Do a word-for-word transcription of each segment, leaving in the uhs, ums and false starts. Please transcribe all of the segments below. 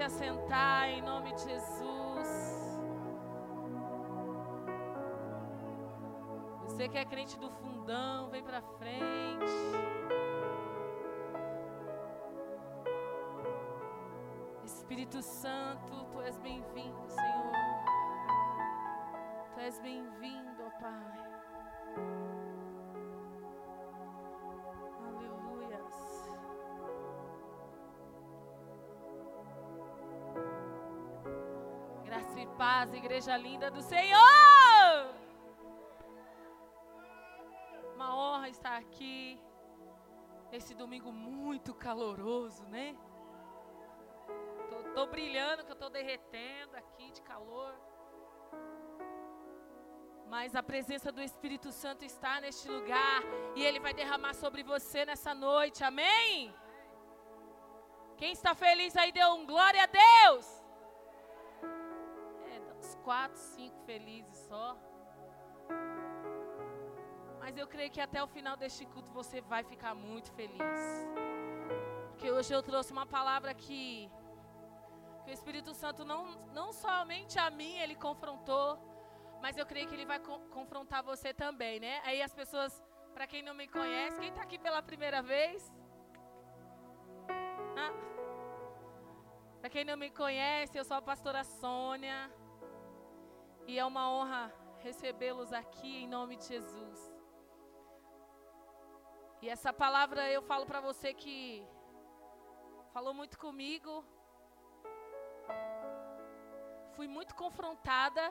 assentar em nome de Jesus. Você que é crente do fundão, vem pra frente. Espírito Santo, Tu és bem-vindo, Senhor. Tu és bem-vindo, ó Pai. Aleluias. Graça e paz, igreja linda do Senhor. Uma honra estar aqui nesse domingo muito caloroso, né? Tô, tô brilhando, que eu tô derretendo aqui de calor. Mas a presença do Espírito Santo está neste lugar e Ele vai derramar sobre você nessa noite, amém? Quem está feliz aí, dê um glória a Deus. É, dá uns quatro, cinco felizes só. Mas eu creio que até o final deste culto você vai ficar muito feliz. Porque hoje eu trouxe uma palavra que, que o Espírito Santo não, não somente a mim Ele confrontou, mas eu creio que Ele vai co- confrontar você também, né? Aí as pessoas, para quem não me conhece, quem está aqui pela primeira vez? Ah. Para quem não me conhece, eu sou a pastora Sônia. E é uma honra recebê-los aqui em nome de Jesus. E essa palavra eu falo para você que falou muito comigo. Fui muito confrontada.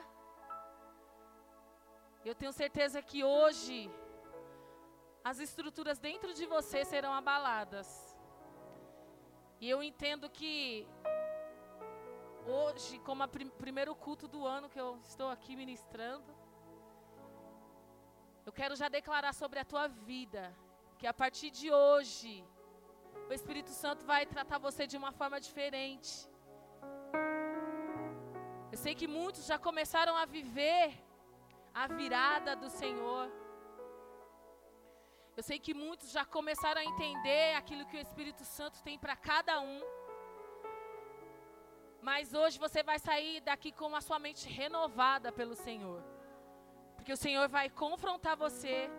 Eu tenho certeza que hoje as estruturas dentro de você serão abaladas. E eu entendo que hoje, como o prim- primeiro culto do ano que eu estou aqui ministrando, eu quero já declarar sobre a tua vida, que a partir de hoje, o Espírito Santo vai tratar você de uma forma diferente. Eu sei que muitos já começaram a viver a virada do Senhor. Eu sei que muitos já começaram a entender aquilo que o Espírito Santo tem para cada um. Mas hoje você vai sair daqui com a sua mente renovada pelo Senhor. Porque o Senhor vai confrontar você.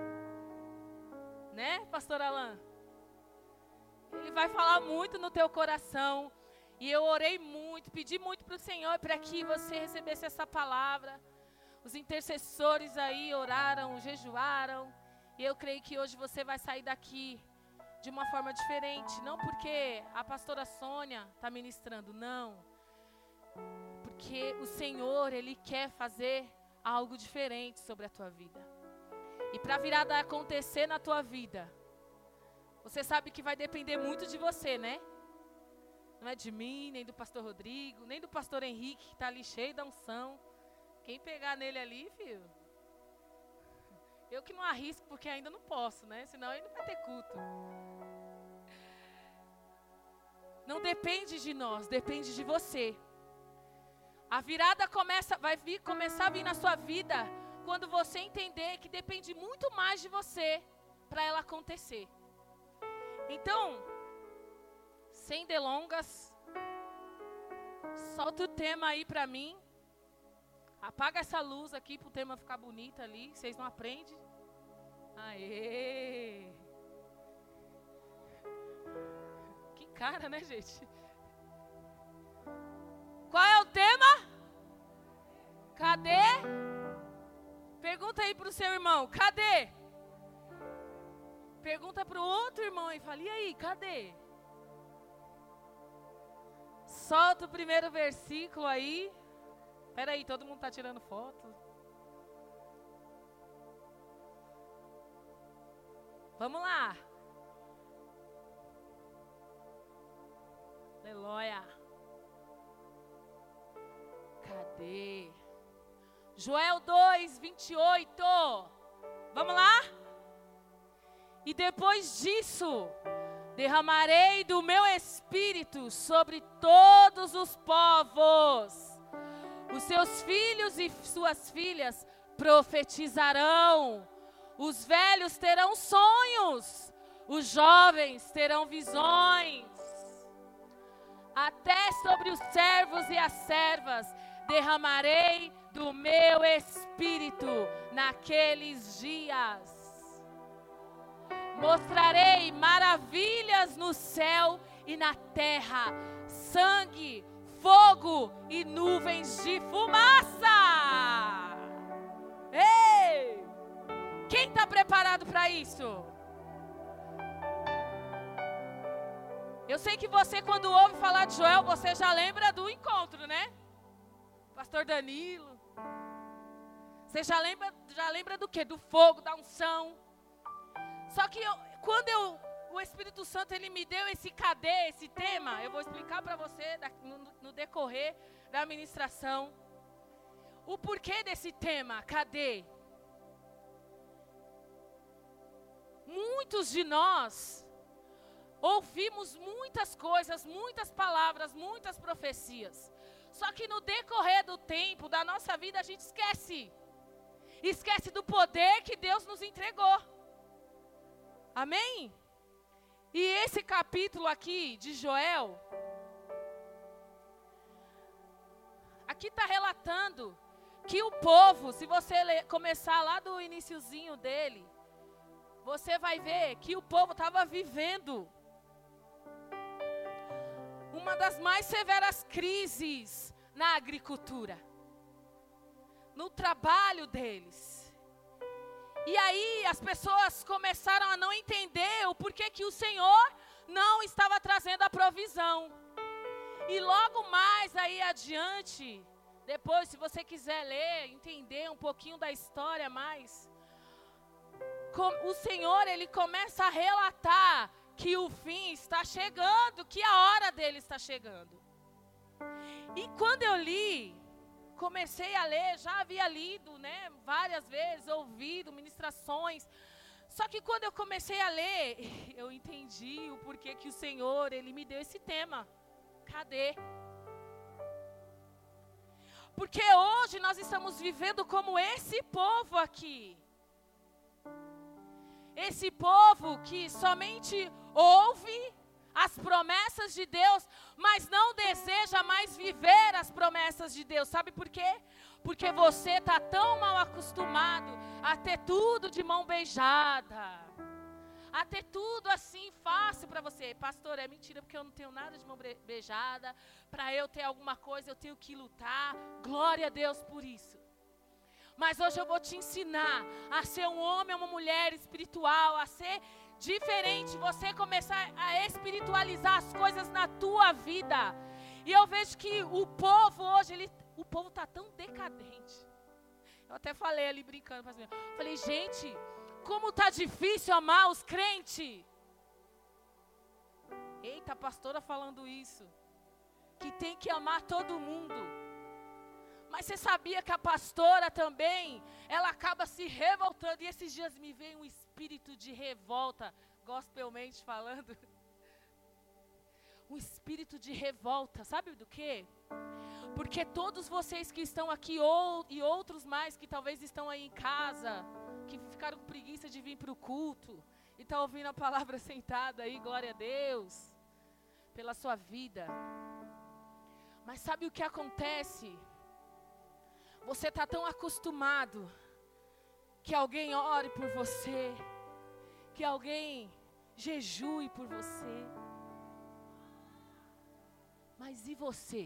Né, pastor Alan? Ele vai falar muito no teu coração. E eu orei muito, pedi muito para o Senhor para que você recebesse essa palavra. Os intercessores aí oraram, jejuaram. E eu creio que hoje você vai sair daqui de uma forma diferente. Não porque a pastora Sônia está ministrando, não. Porque o Senhor, Ele quer fazer algo diferente sobre a tua vida. E para a virada acontecer na tua vida, você sabe que vai depender muito de você, né? Não é de mim, nem do pastor Rodrigo, nem do pastor Henrique, que está ali cheio da unção. Quem pegar nele ali, filho, eu que não arrisco, porque ainda não posso, né? Senão aí não vai ter culto. Não depende de nós, depende de você. A virada começa, vai vir, começar a vir na sua vida quando você entender que depende muito mais de você para ela acontecer. Então, sem delongas, solta o tema aí para mim. Apaga essa luz aqui para o tema ficar bonito ali. Vocês não aprendem? Aê! Que cara, né, gente? Qual é o tema? Cadê? Pergunta aí para o seu irmão, cadê? Pergunta para o outro irmão e fala, e aí, cadê? Solta o primeiro versículo aí. Espera aí, todo mundo está tirando foto. Vamos lá. Aleluia. Cadê? Joel dois, vinte e oito. Vamos lá? E depois disso, derramarei do meu espírito sobre todos os povos. Os seus filhos e suas filhas profetizarão. Os velhos terão sonhos. Os jovens terão visões. até sobre os servos e as servas derramarei do meu espírito naqueles dias. Mostrarei maravilhas no céu e na terra, sangue, fogo e nuvens de fumaça. Ei! Quem está preparado para isso? Eu sei que você, quando ouve falar de Joel, você já lembra do encontro, né? Pastor Danilo. Você já lembra, já lembra do quê? Do fogo, da unção. Só que eu, quando eu, o Espírito Santo ele me deu esse cadê, esse tema, eu vou explicar para você no, no decorrer da ministração. O porquê desse tema, cadê? Muitos de nós ouvimos muitas coisas, muitas palavras, muitas profecias. Só que no decorrer do tempo, da nossa vida, a gente esquece. Esquece do poder que Deus nos entregou. Amém? E esse capítulo aqui de Joel, aqui está relatando que o povo, se você ler, começar lá do iniciozinho dele, você vai ver que o povo estava vivendo uma das mais severas crises na agricultura, no trabalho deles. E aí as pessoas começaram a não entender o porquê que o Senhor não estava trazendo a provisão. E logo mais aí adiante, depois se você quiser ler, entender um pouquinho da história mais, o Senhor ele começa a relatar que o fim está chegando, que a hora dele está chegando. E quando eu li, comecei a ler, já havia lido, né, várias vezes, ouvido ministrações. Só que quando eu comecei a ler, eu entendi o porquê que o Senhor, ele me deu esse tema. Cadê? Porque hoje nós estamos vivendo como esse povo aqui. Esse povo que somente ouve as promessas de Deus, mas não deseja mais viver as promessas de Deus. Sabe por quê? Porque você está tão mal acostumado a ter tudo de mão beijada, a ter tudo assim fácil para você. Pastor, é mentira, porque eu não tenho nada de mão beijada. Para eu ter alguma coisa, eu tenho que lutar. Glória a Deus por isso. Mas hoje eu vou te ensinar a ser um homem ou uma mulher espiritual, a ser diferente, você começar a espiritualizar as coisas na tua vida. E eu vejo que o povo hoje, ele, o povo está tão decadente. Eu até falei ali brincando, falei, gente, como está difícil amar os crentes. Eita, a pastora falando isso, que tem que amar todo mundo. Mas você sabia que a pastora também, ela acaba se revoltando. E esses dias me veio um espírito de revolta, gospelmente falando. Um espírito de revolta, sabe do quê? Porque todos vocês que estão aqui, ou, e outros mais que talvez estão aí em casa, que ficaram com preguiça de vir para o culto, e estão ouvindo a palavra sentada aí, glória a Deus, pela sua vida. Mas sabe o que acontece? Você está tão acostumado que alguém ore por você, que alguém jejue por você. Mas e você?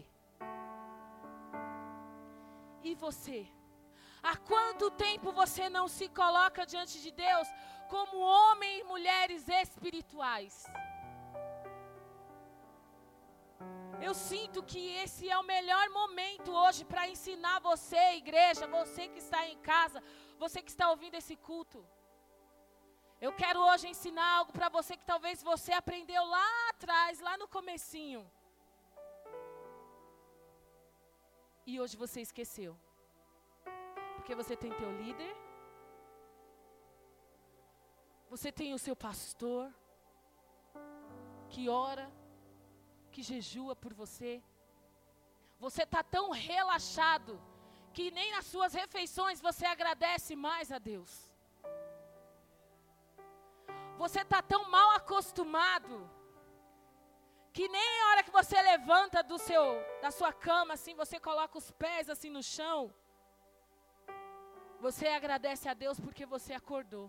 E você? Há quanto tempo você não se coloca diante de Deus como homens e mulheres espirituais? Eu sinto que esse é o melhor momento hoje para ensinar você, igreja, você que está em casa, você que está ouvindo esse culto. Eu quero hoje ensinar algo para você que talvez você aprendeu lá atrás, lá no comecinho. E hoje você esqueceu. Porque você tem teu líder, você tem o seu pastor, que ora, que jejua por você. Você está tão relaxado, que nem nas suas refeições você agradece mais a Deus. Você está tão mal acostumado, Que nem a hora que você levanta do seu, da sua cama, assim, você coloca os pés assim no chão. Você agradece a Deus porque você acordou.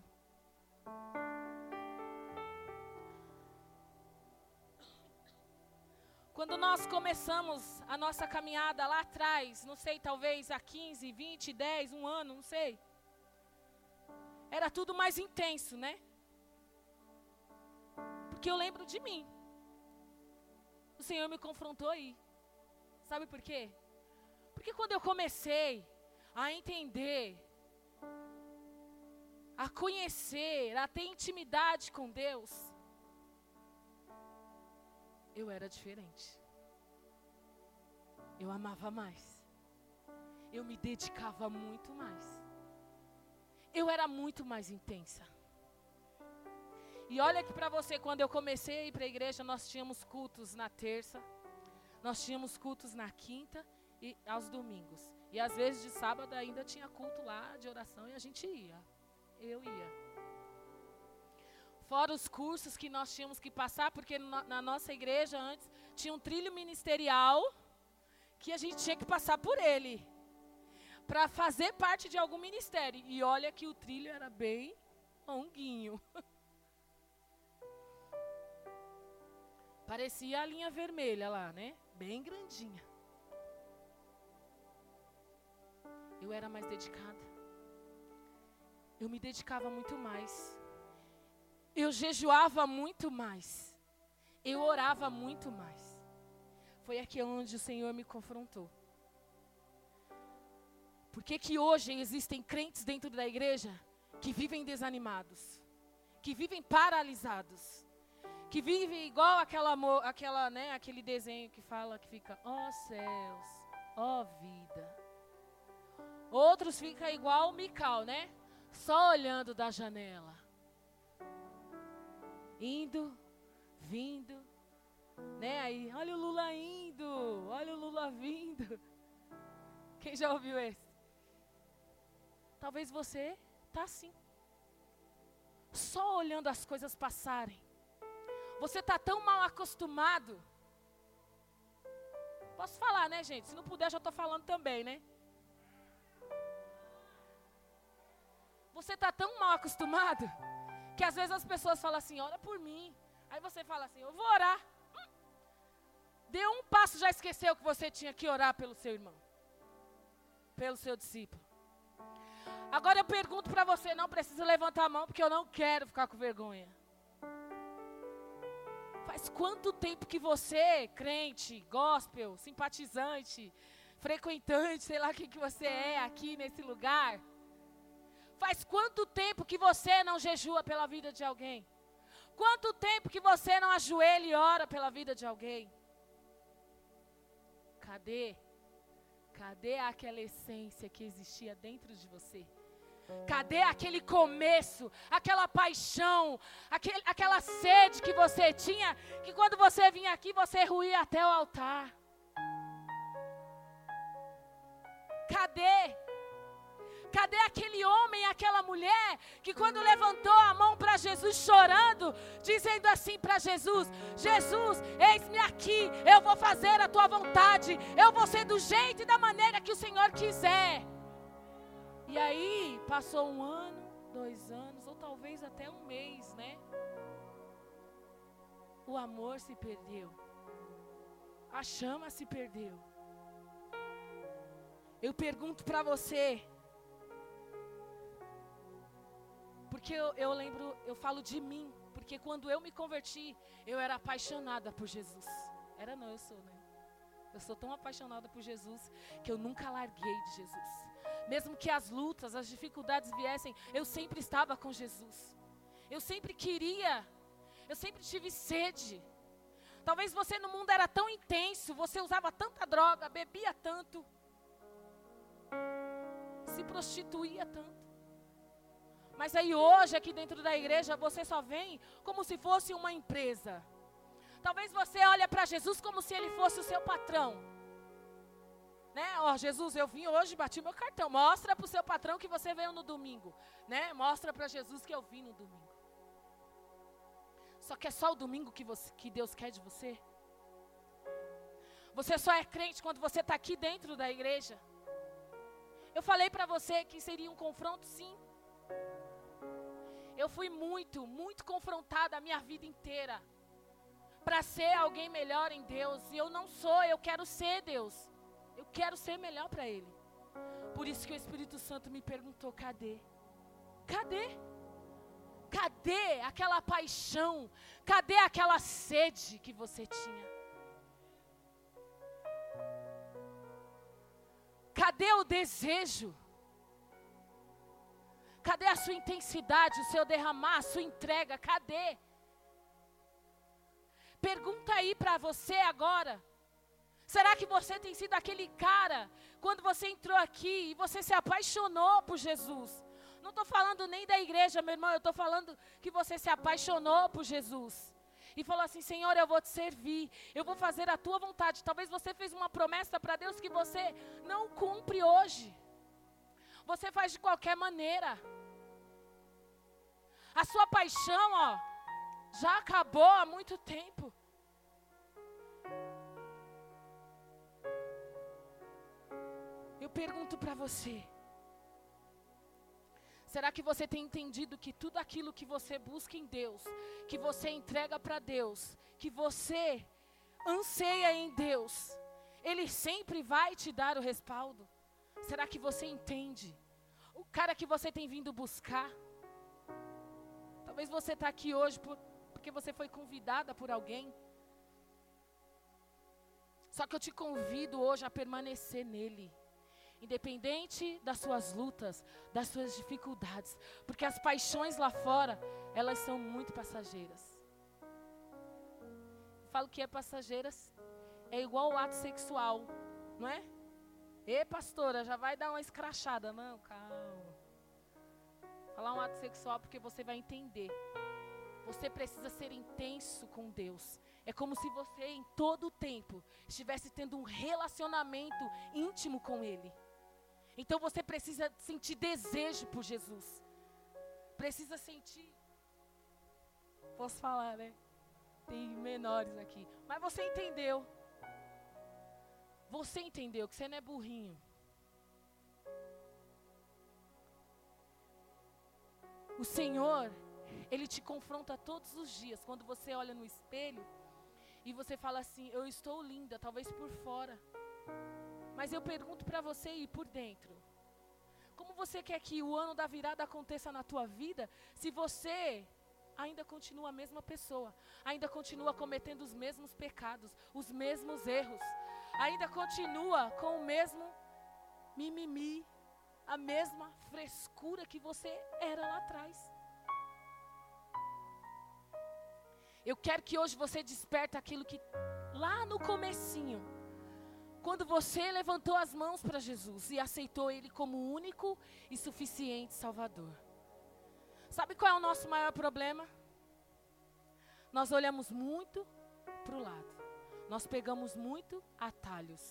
Quando nós começamos a nossa caminhada lá atrás, não sei, talvez há quinze, vinte, dez, um ano, não sei. Era tudo mais intenso, né? Porque eu lembro de mim. O Senhor me confrontou aí. Sabe por quê? Porque quando eu comecei a entender, a conhecer, a ter intimidade com Deus, eu era diferente. Eu amava mais. Eu me dedicava muito mais. Eu era muito mais intensa. E olha que para você, quando eu comecei a ir para a igreja, nós tínhamos cultos na terça, nós tínhamos cultos na quinta e aos domingos. E às vezes de sábado ainda tinha culto lá de oração e a gente ia. Eu ia. Fora os cursos que nós tínhamos que passar, porque no, na nossa igreja antes tinha um trilho ministerial que a gente tinha que passar por ele, para fazer parte de algum ministério. E olha que o trilho era bem longuinho. Parecia a linha vermelha lá, né? Bem grandinha. Eu era mais dedicada. Eu me dedicava muito mais. Eu jejuava muito mais. Eu orava muito mais. Foi aqui onde o Senhor me confrontou. Por que que hoje existem crentes dentro da igreja que vivem desanimados, que vivem paralisados, que vivem igual aquela, aquela, né, aquele desenho que fala, que fica, ó céus, ó vida. Outros ficam igual o Mical, né? Só olhando da janela. Indo, vindo, né? Aí, olha o Lula indo, olha o Lula vindo. Quem já ouviu esse? Talvez você tá assim. Só olhando as coisas passarem. Você tá tão mal acostumado. Posso falar, né, gente? Se não puder, já tô falando também, né? Você tá tão mal acostumado que às vezes as pessoas falam assim, ora por mim. Aí você fala assim, eu vou orar. Hum. Deu um passo, já esqueceu que você tinha que orar pelo seu irmão. Pelo seu discípulo. Agora eu pergunto para você, não precisa levantar a mão, porque eu não quero ficar com vergonha. Faz quanto tempo que você, crente, gospel, simpatizante, frequentante, sei lá o que, que você é aqui nesse lugar. Faz quanto tempo que você não jejua pela vida de alguém? Quanto tempo que você não ajoelha e ora pela vida de alguém? Cadê? Cadê aquela essência que existia dentro de você? Cadê aquele começo, aquela paixão, aquele, aquela sede que você tinha, que quando você vinha aqui, você ruía até o altar? Cadê? Cadê aquele homem, aquela mulher, que quando levantou a mão para Jesus chorando, dizendo assim para Jesus, Jesus, eis-me aqui, eu vou fazer a tua vontade, eu vou ser do jeito e da maneira que o Senhor quiser. E aí, passou um ano, dois anos, ou talvez até um mês, né? O amor se perdeu. A chama se perdeu. Eu pergunto para você, porque eu, eu lembro, eu falo de mim, porque quando eu me converti, eu era apaixonada por Jesus. Era não, eu sou, né? Eu sou tão apaixonada por Jesus, que eu nunca larguei de Jesus. Mesmo que as lutas, as dificuldades viessem, eu sempre estava com Jesus. Eu sempre queria, eu sempre tive sede. Talvez você no mundo era tão intenso, você usava tanta droga, bebia tanto, se prostituía tanto. Mas aí hoje, aqui dentro da igreja, você só vem como se fosse uma empresa. Talvez você olhe para Jesus como se ele fosse o seu patrão. Né? Ó, Jesus, eu vim hoje, bati meu cartão. Mostra para o seu patrão que você veio no domingo. Né? Mostra para Jesus que eu vim no domingo. Só que é só o domingo que, você, que Deus quer de você? Você só é crente quando você está aqui dentro da igreja. Eu falei para você que seria um confronto, sim. Eu fui muito, muito confrontada a minha vida inteira para ser alguém melhor em Deus. E eu não sou, eu quero ser Deus. Eu quero ser melhor para Ele. Por isso que o Espírito Santo me perguntou, cadê? Cadê? Cadê aquela paixão? Cadê aquela sede que você tinha? Cadê o desejo? Cadê a sua intensidade, o seu derramar, a sua entrega? Cadê? Pergunta aí para você agora. Será que você tem sido aquele cara, quando você entrou aqui e você se apaixonou por Jesus? Não estou falando nem da igreja, meu irmão, eu estou falando que você se apaixonou por Jesus. E falou assim, Senhor, eu vou te servir, eu vou fazer a tua vontade. Talvez você fez uma promessa para Deus que você não cumpre hoje. Você faz de qualquer maneira. A sua paixão, ó, já acabou há muito tempo. Eu pergunto para você. Será que você tem entendido que tudo aquilo que você busca em Deus, que você entrega para Deus, que você anseia em Deus, Ele sempre vai te dar o respaldo? Será que você entende? O cara que você tem vindo buscar. Talvez você está aqui hoje por, porque você foi convidada por alguém. Só que eu te convido hoje a permanecer nele. Independente das suas lutas, das suas dificuldades. Porque as paixões lá fora, elas são muito passageiras. Falo que é passageiras, é igual o ato sexual, não é? Ê, pastora, já vai dar uma escrachada. Não, calma. Falar um ato sexual porque você vai entender. Você precisa ser intenso com Deus. É como se você em todo o tempo estivesse tendo um relacionamento íntimo com Ele. Então você precisa sentir desejo por Jesus. Precisa sentir. Posso falar, né? Tem menores aqui. Mas você entendeu. Você entendeu que você não é burrinho. O Senhor, Ele te confronta todos os dias. Quando você olha no espelho e você fala assim, eu estou linda, talvez por fora. Mas eu pergunto para você e por dentro. Como você quer que o ano da virada aconteça na tua vida, se você ainda continua a mesma pessoa, ainda continua cometendo os mesmos pecados, os mesmos erros, ainda continua com o mesmo mimimi, a mesma frescura que você era lá atrás. Eu quero que hoje você desperte aquilo que lá no comecinho, quando você levantou as mãos para Jesus e aceitou Ele como único e suficiente Salvador. Sabe qual é o nosso maior problema? Nós olhamos muito para o lado. Nós pegamos muito atalhos.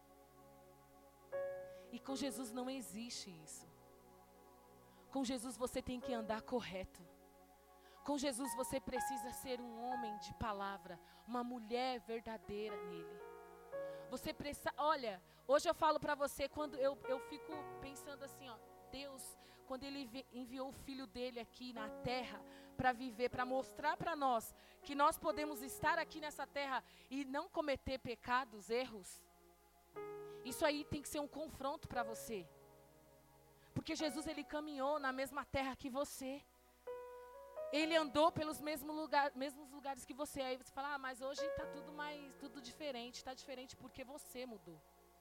E com Jesus não existe isso. Com Jesus você tem que andar correto. Com Jesus você precisa ser um homem de palavra, uma mulher verdadeira nele. Você precisa, olha, hoje eu falo para você, quando eu, eu fico pensando assim, ó, Deus, quando Ele enviou o Filho dele aqui na terra para viver, para mostrar para nós que nós podemos estar aqui nessa terra e não cometer pecados, erros. Isso aí tem que ser um confronto para você. Porque Jesus, Ele caminhou na mesma terra que você. Ele andou pelos mesmos, lugar, mesmos lugares que você. Aí você fala, ah, mas hoje está tudo mais, tudo diferente. Está diferente porque você mudou.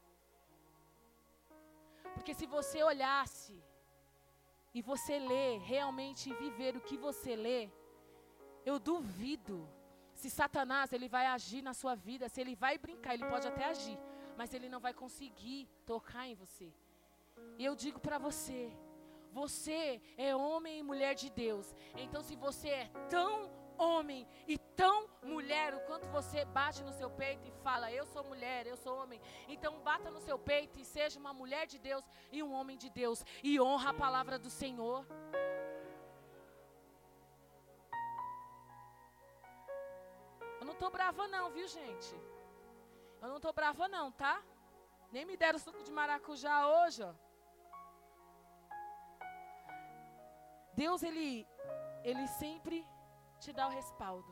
Porque se você olhasse e você ler, realmente viver o que você lê, eu duvido se Satanás ele vai agir na sua vida, se ele vai brincar, ele pode até agir, mas ele não vai conseguir tocar em você. E eu digo para você, você é homem e mulher de Deus. Então se você é tão homem e tão mulher, o quanto você bate no seu peito e fala, eu sou mulher, eu sou homem. Então bata no seu peito e seja uma mulher de Deus e um homem de Deus. E honra a palavra do Senhor. Eu não estou brava não, viu gente? Eu não estou brava não, tá? Nem me deram suco de maracujá hoje, ó. Deus, Ele, Ele sempre te dá o respaldo.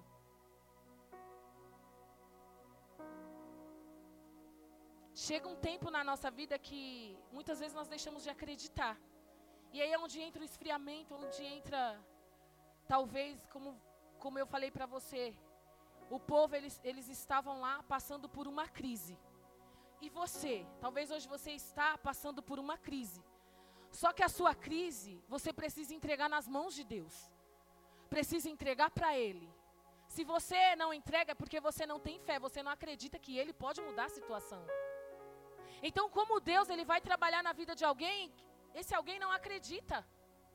Chega um tempo na nossa vida que muitas vezes nós deixamos de acreditar. E aí é onde entra o esfriamento, onde entra, talvez, como, como eu falei para você, o povo, eles, eles estavam lá passando por uma crise. E você, talvez hoje você está passando por uma crise. Só que a sua crise, você precisa entregar nas mãos de Deus. Precisa entregar para Ele. Se você não entrega é porque você não tem fé, você não acredita que Ele pode mudar a situação. Então, como Deus, Ele vai trabalhar na vida de alguém, esse alguém não acredita.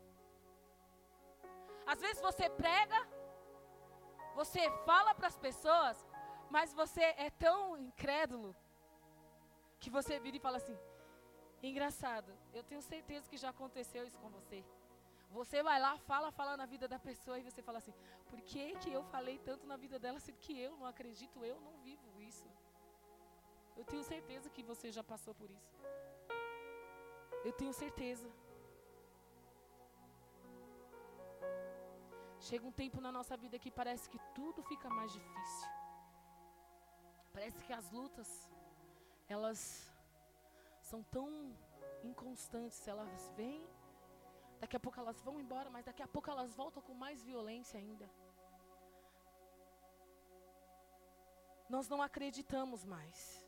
Às vezes você prega, você fala para as pessoas, mas você é tão incrédulo, que você vira e fala assim, engraçado, eu tenho certeza que já aconteceu isso com você. Você vai lá, fala, fala na vida da pessoa e você fala assim, por que que eu falei tanto na vida dela, sendo que eu não acredito, eu não vivo isso? Eu tenho certeza que você já passou por isso. Eu tenho certeza. Chega um tempo na nossa vida que parece que tudo fica mais difícil. Parece que as lutas, elas são tão inconstantes. Elas vêm, daqui a pouco elas vão embora, mas daqui a pouco elas voltam com mais violência ainda. Nós não acreditamos mais.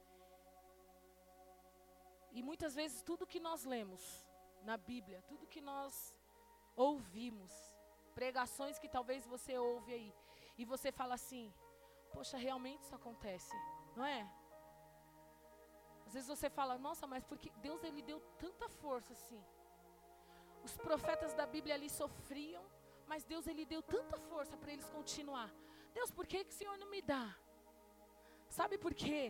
E muitas vezes tudo que nós lemos na Bíblia, tudo que nós ouvimos, pregações que talvez você ouve aí, e você fala assim, poxa, realmente isso acontece, não é? Às vezes você fala, nossa, mas porque Deus, Ele deu tanta força assim. Os profetas da Bíblia ali sofriam, mas Deus, Ele deu tanta força para eles continuar. Deus, por que que o Senhor não me dá? Sabe por quê?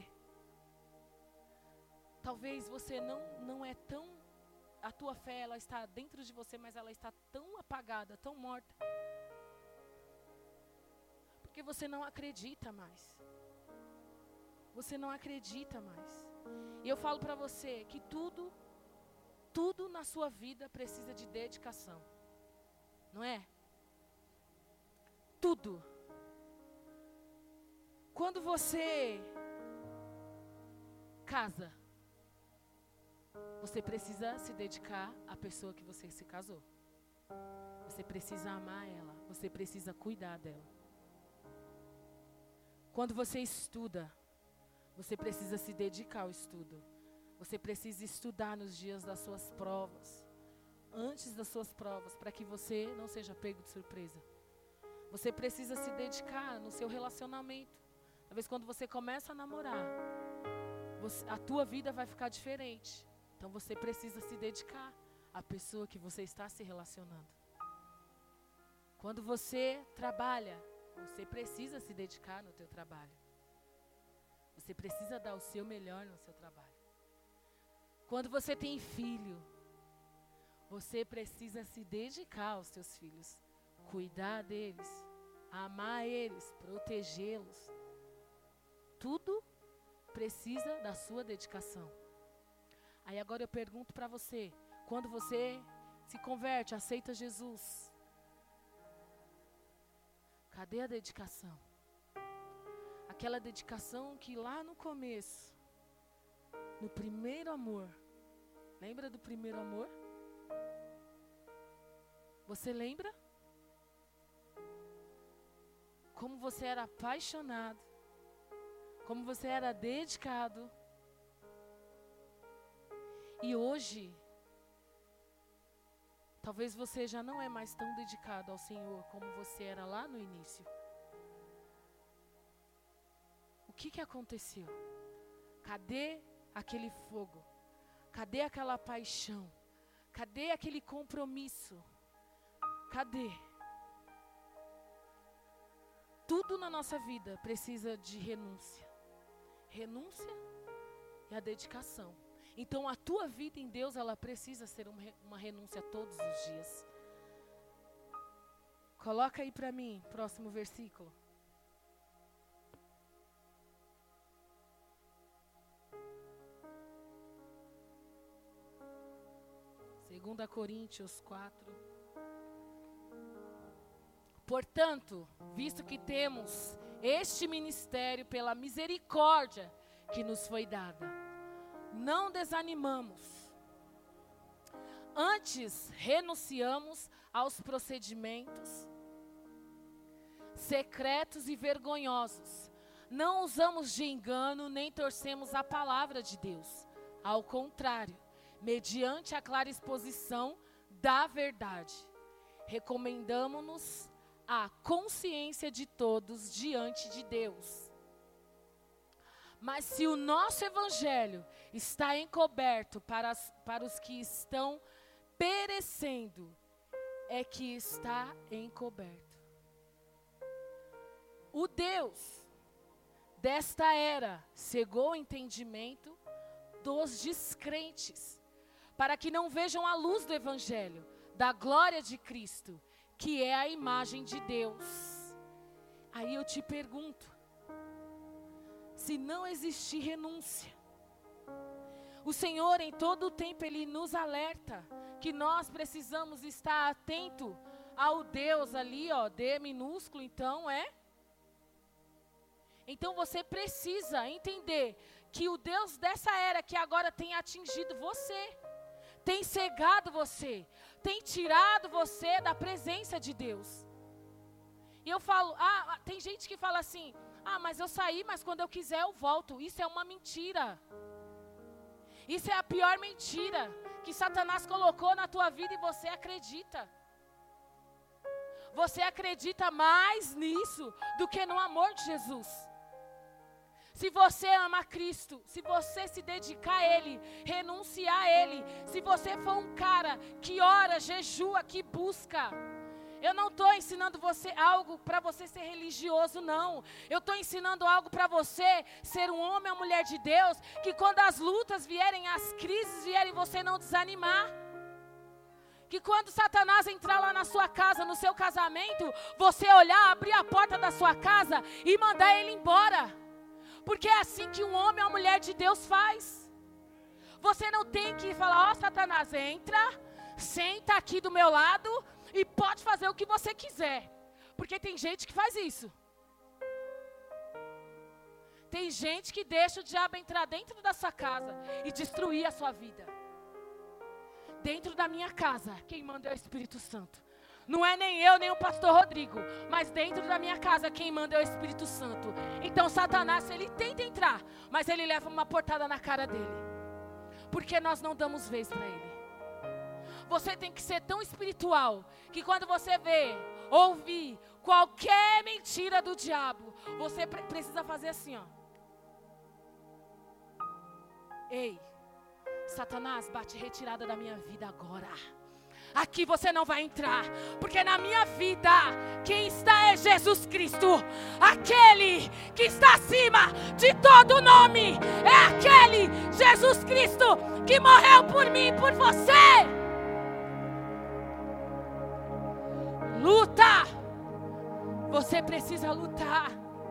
Talvez você não, não é tão, a tua fé, ela está dentro de você, mas ela está tão apagada, tão morta. Porque você não acredita mais. Você não acredita mais. E eu falo para você que tudo, tudo na sua vida precisa de dedicação. Não é? Tudo. Quando você casa, você precisa se dedicar à pessoa que você se casou. Você precisa amar ela. Você precisa cuidar dela. Quando você estuda, você precisa se dedicar ao estudo. Você precisa estudar nos dias das suas provas. Antes das suas provas, para que você não seja pego de surpresa. Você precisa se dedicar no seu relacionamento. Talvez quando você começa a namorar, você, a tua vida vai ficar diferente. Então você precisa se dedicar à pessoa que você está se relacionando. Quando você trabalha, você precisa se dedicar no teu trabalho. Você precisa dar o seu melhor no seu trabalho. Quando você tem filho, você precisa se dedicar aos seus filhos. Cuidar deles, amar eles, protegê-los. Tudo precisa da sua dedicação. Aí agora eu pergunto para você, quando você se converte, aceita Jesus, cadê a dedicação? Aquela dedicação que lá no começo, no primeiro amor, lembra do primeiro amor? Você lembra? Como você era apaixonado, como você era dedicado. E hoje, talvez você já não é mais tão dedicado ao Senhor como você era lá no início. O que que aconteceu? Cadê aquele fogo? Cadê aquela paixão? Cadê aquele compromisso? Cadê? Tudo na nossa vida precisa de renúncia. Renúncia e a dedicação. Então a tua vida em Deus, ela precisa ser uma, uma renúncia todos os dias. Coloca aí para mim, próximo versículo. Segunda Coríntios quatro. Portanto, visto que temos este ministério pela misericórdia que nos foi dada, não desanimamos. Antes, renunciamos aos procedimentos secretos e vergonhosos. Não usamos de engano, nem torcemos a palavra de Deus. Ao contrário, mediante a clara exposição da verdade, recomendamos-nos a consciência de todos diante de Deus. Mas se o nosso evangelho está encoberto para, as, para os que estão perecendo, é que está encoberto. O Deus desta era cegou o entendimento dos descrentes, para que não vejam a luz do evangelho, da glória de Cristo, que é a imagem de Deus. Aí eu te pergunto, se não existir renúncia, o Senhor em todo o tempo Ele nos alerta que nós precisamos estar atento ao Deus ali, ó, D minúsculo, então é. Então você precisa entender que o Deus dessa era que agora tem atingido você, tem cegado você, tem tirado você da presença de Deus. E eu falo, ah, tem gente que fala assim, ah, mas eu saí, mas quando eu quiser eu volto. Isso é uma mentira. Isso é a pior mentira que Satanás colocou na tua vida e você acredita. Você acredita mais nisso do que no amor de Jesus. Se você ama Cristo, se você se dedicar a Ele, renunciar a Ele, se você for um cara que ora, jejua, que busca, eu não estou ensinando você algo para você ser religioso, não. Eu estou ensinando algo para você ser um homem ou mulher de Deus, que quando as lutas vierem, as crises vierem, você não desanimar. Que quando Satanás entrar lá na sua casa, no seu casamento, você olhar, abrir a porta da sua casa e mandar ele embora. Porque é assim que um homem ou mulher de Deus faz. Você não tem que falar, ó, Satanás, entra, senta aqui do meu lado e pode fazer o que você quiser. Porque tem gente que faz isso. Tem gente que deixa o diabo entrar dentro da sua casa e destruir a sua vida. Dentro da minha casa, quem manda é o Espírito Santo. Não é nem eu, nem o pastor Rodrigo, mas dentro da minha casa, quem manda é o Espírito Santo. Então Satanás, ele tenta entrar, mas ele leva uma portada na cara dele. Porque nós não damos vez para ele. Você tem que ser tão espiritual, que quando você vê, ouvir qualquer mentira do diabo, você pre- precisa fazer assim, ó. Ei, Satanás, bate retirada da minha vida agora. Aqui você não vai entrar, porque na minha vida, quem está é Jesus Cristo, aquele que está acima de todo nome, é aquele Jesus Cristo que morreu por mim e por você. Luta, você precisa lutar.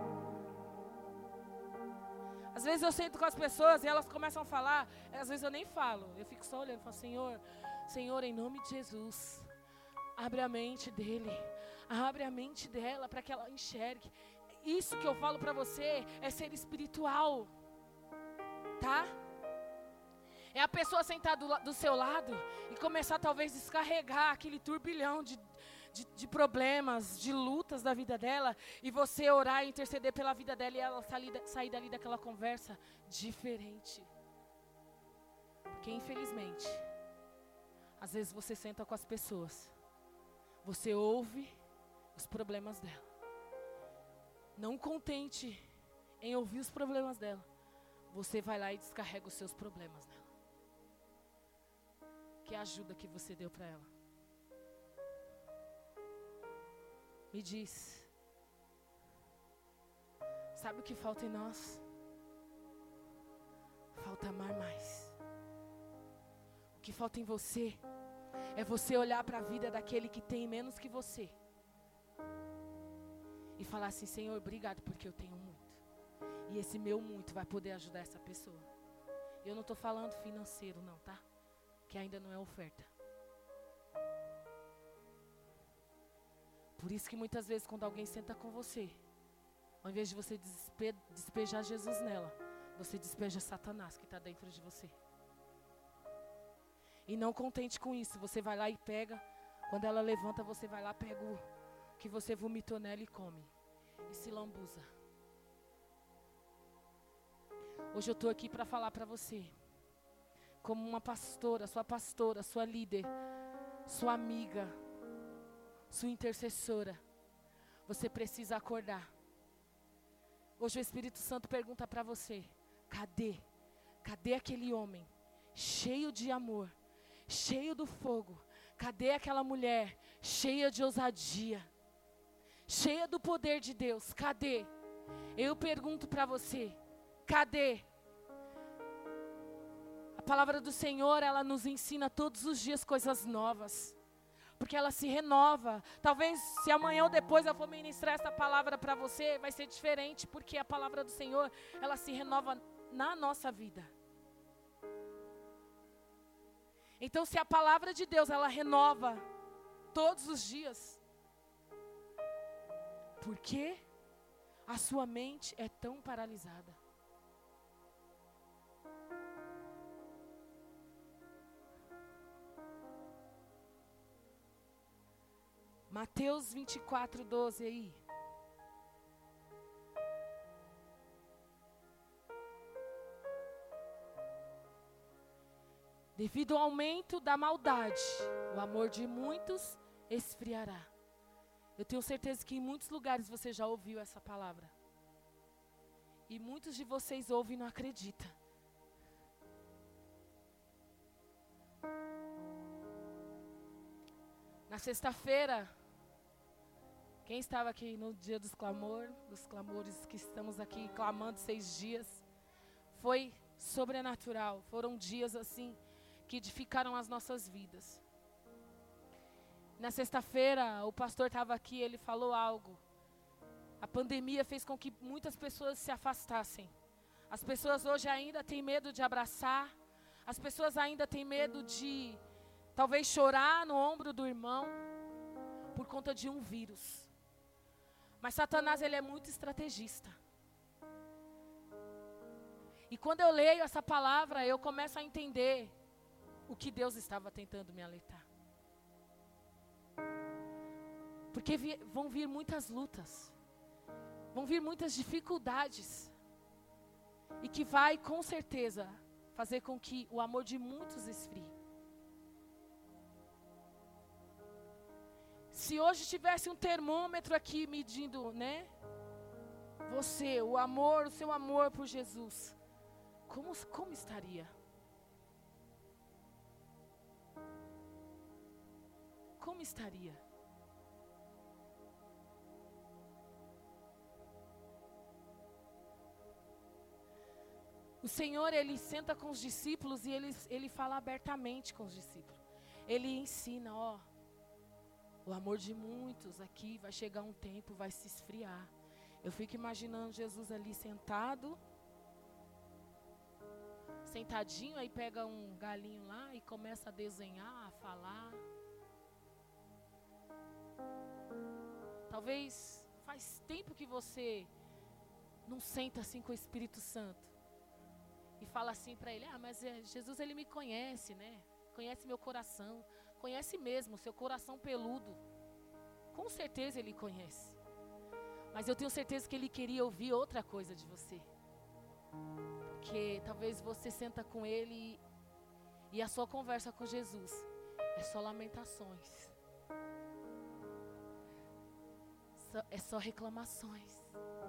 Às vezes eu sento com as pessoas e elas começam a falar, às vezes eu nem falo, eu fico só olhando e falo, Senhor, Senhor, em nome de Jesus, abre a mente dele, abre a mente dela para que ela enxergue. Isso que eu falo para você é ser espiritual, tá? É a pessoa sentar do, do seu lado e começar talvez a descarregar aquele turbilhão de, de, de problemas, de lutas da vida dela, e você orar e interceder pela vida dela e ela sair, sair dali daquela conversa diferente. Porque infelizmente, às vezes você senta com as pessoas, você ouve os problemas dela. Não contente em ouvir os problemas dela, você vai lá e descarrega os seus problemas nela. Que ajuda que você deu para ela? Me diz, sabe o que falta em nós? Falta amar mais. O que falta em você é você olhar para a vida daquele que tem menos que você e falar assim, Senhor, obrigado porque eu tenho muito. E esse meu muito vai poder ajudar essa pessoa. Eu não estou falando financeiro não, tá? Que ainda não é oferta. Por isso que muitas vezes quando alguém senta com você, ao invés de você despe- despejar Jesus nela, você despeja Satanás que está dentro de você. E não contente com isso, você vai lá e pega, quando ela levanta, você vai lá, pega o que você vomitou nela e come. E se lambuza. Hoje eu estou aqui para falar para você, como uma pastora, sua pastora, sua líder, sua amiga, sua intercessora, você precisa acordar. Hoje o Espírito Santo pergunta para você, cadê? Cadê aquele homem cheio de amor, cheio do fogo? Cadê aquela mulher cheia de ousadia, cheia do poder de Deus? Cadê? Eu pergunto para você, cadê? A palavra do Senhor, ela nos ensina todos os dias coisas novas. Porque ela se renova. Talvez se amanhã ou depois eu for ministrar essa palavra para você, vai ser diferente, porque a palavra do Senhor, ela se renova na nossa vida. Então, se a palavra de Deus, ela renova todos os dias, por que a sua mente é tão paralisada? Mateus vinte e quatro, doze aí. Devido ao aumento da maldade, o amor de muitos esfriará. Eu tenho certeza que em muitos lugares você já ouviu essa palavra. E muitos de vocês ouvem e não acreditam. Na sexta-feira, quem estava aqui no dia dos clamor, dos clamores que estamos aqui clamando seis dias, foi sobrenatural. Foram dias assim que edificaram as nossas vidas. Na sexta-feira, o pastor estava aqui, ele falou algo. A pandemia fez com que muitas pessoas se afastassem. As pessoas hoje ainda têm medo de abraçar. As pessoas ainda têm medo de, talvez, chorar no ombro do irmão por conta de um vírus. Mas Satanás, ele é muito estrategista. E quando eu leio essa palavra, eu começo a entender o que Deus estava tentando me alertar. Porque vi, vão vir muitas lutas, vão vir muitas dificuldades, e que vai, com certeza, fazer com que o amor de muitos esfrie. Se hoje tivesse um termômetro aqui medindo, né? Você, o amor, o seu amor por Jesus, como, como estaria? Como estaria? O Senhor, Ele senta com os discípulos e Ele, ele fala abertamente com os discípulos. Ele ensina, ó, o amor de muitos aqui vai chegar um tempo, vai se esfriar. Eu fico imaginando Jesus ali sentado, sentadinho, aí pega um galinho lá e começa a desenhar, a falar. Talvez faz tempo que você não senta assim com o Espírito Santo e fala assim para ele, ah, mas é, Jesus, ele me conhece, né? Conhece meu coração, conhece mesmo, seu coração peludo. Com certeza ele conhece. Mas eu tenho certeza que ele queria ouvir outra coisa de você. Porque talvez você senta com ele e, e a sua conversa com Jesus é só lamentações. É só reclamações.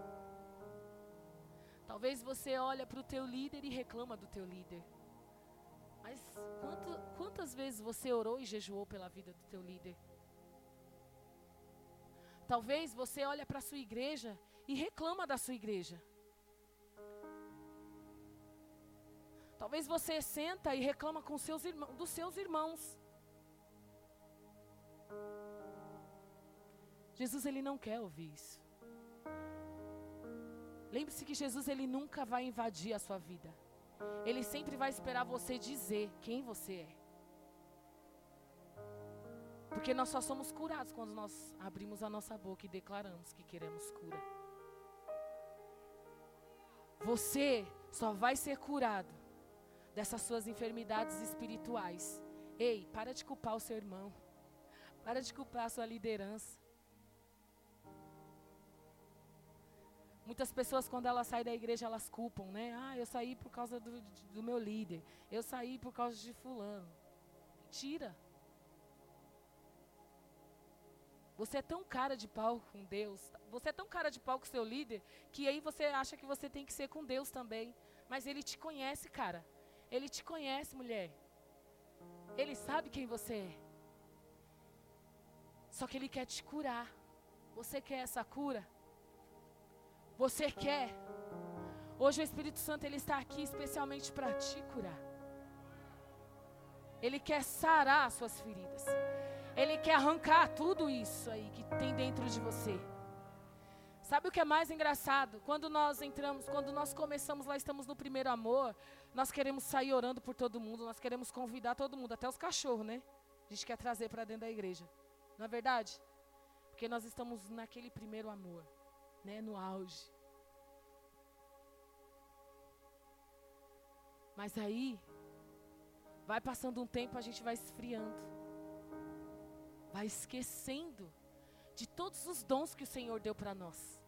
Talvez você olha para o teu líder e reclama do teu líder. Mas quanto, quantas vezes você orou e jejuou pela vida do teu líder? Talvez você olha para a sua igreja e reclama da sua igreja. Talvez você senta e reclama com seus irmãos, dos seus irmãos. Jesus, ele não quer ouvir isso. Lembre-se que Jesus, ele nunca vai invadir a sua vida. Ele sempre vai esperar você dizer quem você é. Porque nós só somos curados quando nós abrimos a nossa boca e declaramos que queremos cura. Você só vai ser curado dessas suas enfermidades espirituais. Ei, para de culpar o seu irmão. Para de culpar a sua liderança. Muitas pessoas, quando elas saem da igreja, elas culpam, né? Ah, eu saí por causa do, do meu líder. Eu saí por causa de fulano. Mentira. Você é tão cara de pau com Deus. Você é tão cara de pau com seu líder, que aí você acha que você tem que ser com Deus também. Mas Ele te conhece, cara. Ele te conhece, mulher. Ele sabe quem você é. Só que Ele quer te curar. Você quer essa cura? Você quer? Hoje o Espírito Santo, Ele está aqui especialmente para te curar. Ele quer sarar as suas feridas. Ele quer arrancar tudo isso aí que tem dentro de você. Sabe o que é mais engraçado? Quando nós entramos, quando nós começamos lá, estamos no primeiro amor, nós queremos sair orando por todo mundo, nós queremos convidar todo mundo, até os cachorros, né? A gente quer trazer para dentro da igreja. Não é verdade? Porque nós estamos naquele primeiro amor, né? No auge. Mas aí, vai passando um tempo, a gente vai esfriando. Vai esquecendo de todos os dons que o Senhor deu para nós.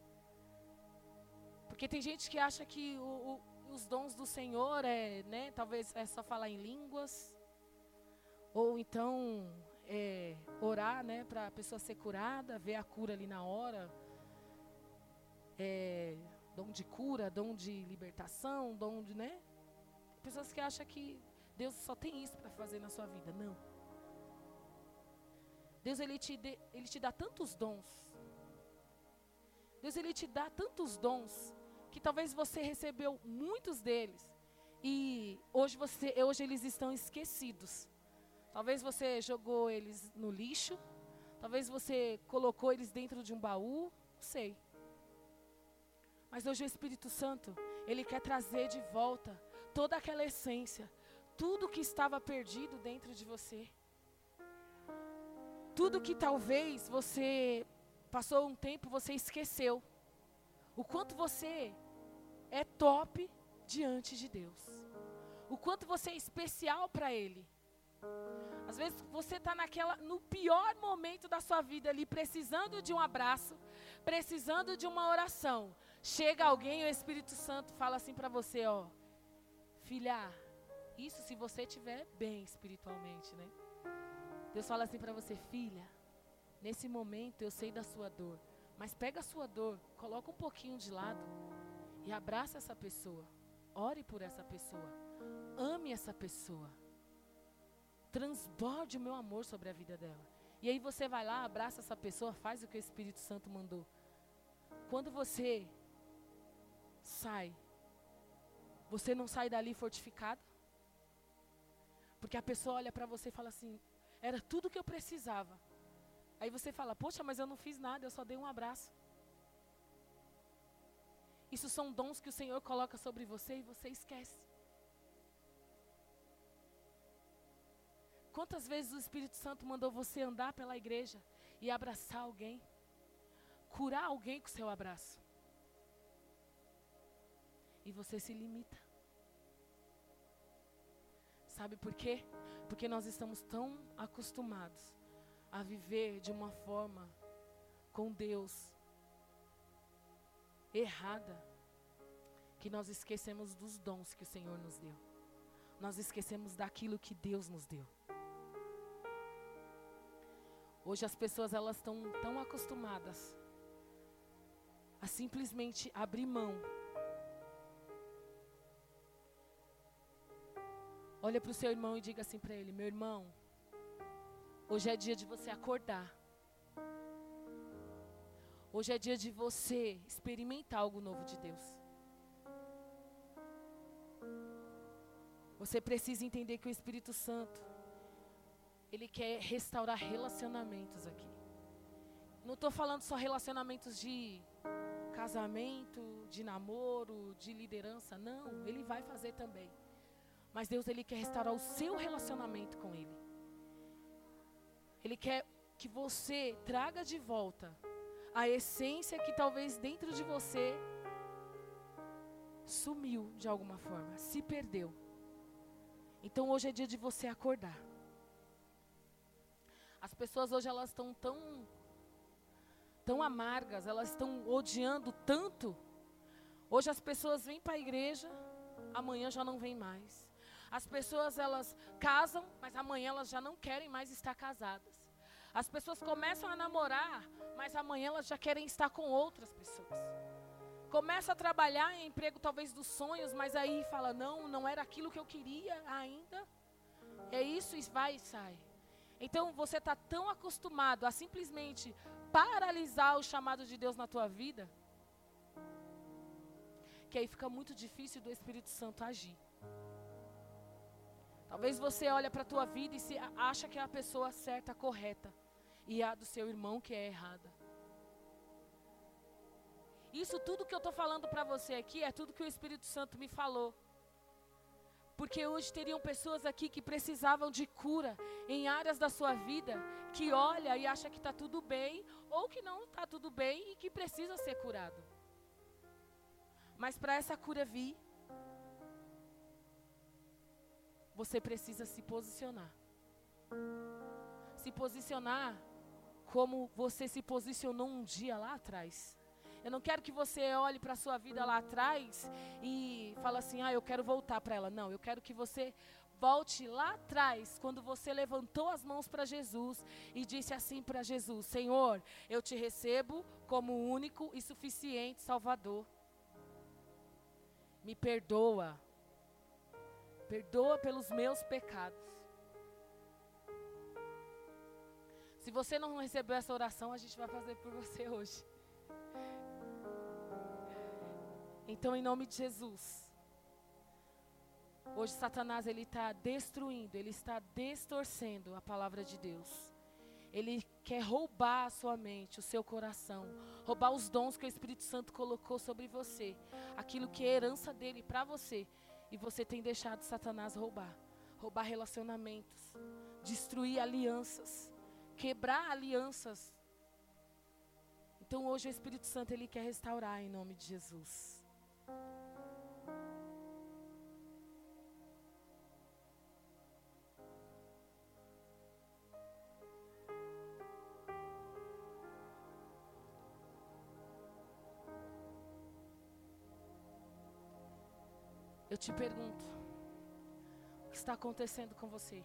Porque tem gente que acha que o, o, os dons do Senhor é, né, talvez é só falar em línguas, ou então é, orar, né, para a pessoa ser curada, ver a cura ali na hora. É, dom de cura, dom de libertação, dom de, né? Tem pessoas que acham que Deus só tem isso para fazer na sua vida. Não. Deus, ele te, de, ele te dá tantos dons. Deus, ele te dá tantos dons, que talvez você recebeu muitos deles, e hoje, você, hoje eles estão esquecidos. Talvez você jogou eles no lixo, talvez você colocou eles dentro de um baú, não sei. Mas hoje o Espírito Santo, ele quer trazer de volta toda aquela essência, tudo que estava perdido dentro de você. Tudo que talvez você passou um tempo, você esqueceu. O quanto você é top diante de Deus. O quanto você é especial para Ele. Às vezes você está naquela, no pior momento da sua vida ali, precisando de um abraço, precisando de uma oração. Chega alguém e o Espírito Santo fala assim para você, ó. Filha, isso se você estiver bem espiritualmente, né? Deus fala assim para você, filha, nesse momento eu sei da sua dor, mas pega a sua dor, coloca um pouquinho de lado e abraça essa pessoa. Ore por essa pessoa. Ame essa pessoa. Transborde o meu amor sobre a vida dela. E aí você vai lá, abraça essa pessoa, faz o que o Espírito Santo mandou. Quando você sai, você não sai dali fortificado? Porque a pessoa olha para você e fala assim, era tudo que eu precisava. Aí você fala, poxa, mas eu não fiz nada, eu só dei um abraço. Isso são dons que o Senhor coloca sobre você e você esquece. Quantas vezes o Espírito Santo mandou você andar pela igreja e abraçar alguém? Curar alguém com seu abraço. E você se limita. Sabe por quê? Porque nós estamos tão acostumados a viver de uma forma com Deus errada, que nós esquecemos dos dons que o Senhor nos deu. Nós esquecemos daquilo que Deus nos deu. Hoje as pessoas, elas estão tão acostumadas a simplesmente abrir mão. Olha para o seu irmão e diga assim para ele, meu irmão, hoje é dia de você acordar. Hoje é dia de você experimentar algo novo de Deus. Você precisa entender que o Espírito Santo, ele quer restaurar relacionamentos aqui. Não estou falando só relacionamentos de casamento, de namoro, de liderança. Não, ele vai fazer também. Mas Deus, ele quer restaurar o seu relacionamento com Ele. Ele quer que você traga de volta a essência que talvez dentro de você sumiu de alguma forma, se perdeu. Então hoje é dia de você acordar. As pessoas hoje elas estão tão, tão amargas, elas estão odiando tanto. Hoje as pessoas vêm para a igreja, amanhã já não vêm mais. As pessoas elas casam, mas amanhã elas já não querem mais estar casadas. As pessoas começam a namorar, mas amanhã elas já querem estar com outras pessoas. Começa a trabalhar em emprego talvez dos sonhos, mas aí fala, não, não era aquilo que eu queria ainda. É isso e vai e sai. Então você está tão acostumado a simplesmente paralisar o chamado de Deus na tua vida, que aí fica muito difícil do Espírito Santo agir. Talvez você olhe para a tua vida e se acha que é a pessoa certa, correta, e a do seu irmão que é errada. Isso tudo que eu estou falando para você aqui é tudo que o Espírito Santo me falou. Porque hoje teriam pessoas aqui que precisavam de cura em áreas da sua vida, que olha e acha que está tudo bem, ou que não está tudo bem e que precisa ser curado. Mas para essa cura vir, você precisa se posicionar. Se posicionar como você se posicionou um dia lá atrás. Eu não quero que você olhe para a sua vida lá atrás e fale assim, ah, eu quero voltar para ela. Não, eu quero que você volte lá atrás, quando você levantou as mãos para Jesus e disse assim para Jesus, Senhor, eu te recebo como único e suficiente Salvador. Me perdoa. Perdoa pelos meus pecados. Se você não recebeu essa oração, a gente vai fazer por você hoje. Então, em nome de Jesus, hoje Satanás ele está destruindo, ele está distorcendo a palavra de Deus. Ele quer roubar a sua mente, o seu coração, roubar os dons que o Espírito Santo colocou sobre você, aquilo que é herança dele para você, e você tem deixado Satanás roubar, roubar relacionamentos, destruir alianças, quebrar alianças. Então hoje o Espírito Santo ele quer restaurar em nome de Jesus. Eu te pergunto, o que está acontecendo com você?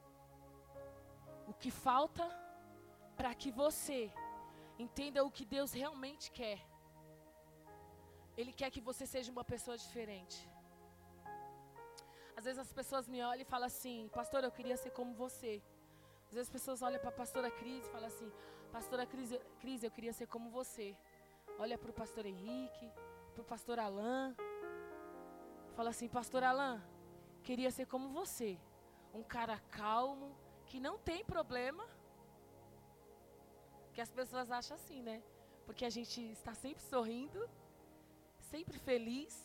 O que falta para que você entenda o que Deus realmente quer? Ele quer que você seja uma pessoa diferente. Às vezes as pessoas me olham e falam assim, pastor, eu queria ser como você. Às vezes as pessoas olham para a pastora Cris e falam assim, pastora Cris, Cris, eu queria ser como você. Olha para o pastor Henrique, para o pastor Alain. Fala assim, pastor Alain, queria ser como você. Um cara calmo, que não tem problema. Que as pessoas acham assim, né? Porque a gente está sempre sorrindo, sempre feliz.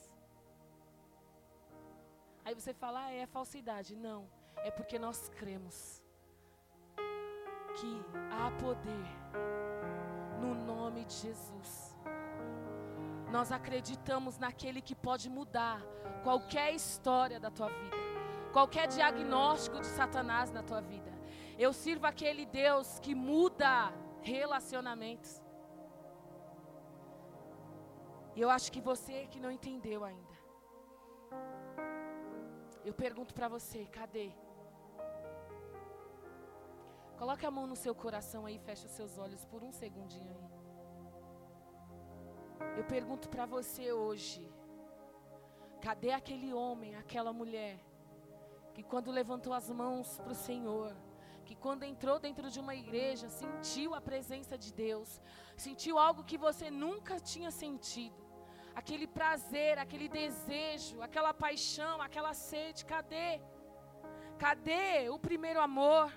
Aí você fala, ah, é falsidade. Não, é porque nós cremos que há poder no nome de Jesus. Nós acreditamos naquele que pode mudar qualquer história da tua vida, qualquer diagnóstico de Satanás na tua vida. Eu sirvo aquele Deus que muda relacionamentos. E eu acho que você que não entendeu ainda, eu pergunto para você, cadê? Coloque a mão no seu coração aí, feche os seus olhos por um segundinho aí. Eu pergunto para você hoje, cadê aquele homem, aquela mulher, que quando levantou as mãos para o Senhor, que quando entrou dentro de uma igreja, sentiu a presença de Deus, sentiu algo que você nunca tinha sentido, aquele prazer, aquele desejo, aquela paixão, aquela sede, cadê? Cadê o primeiro amor?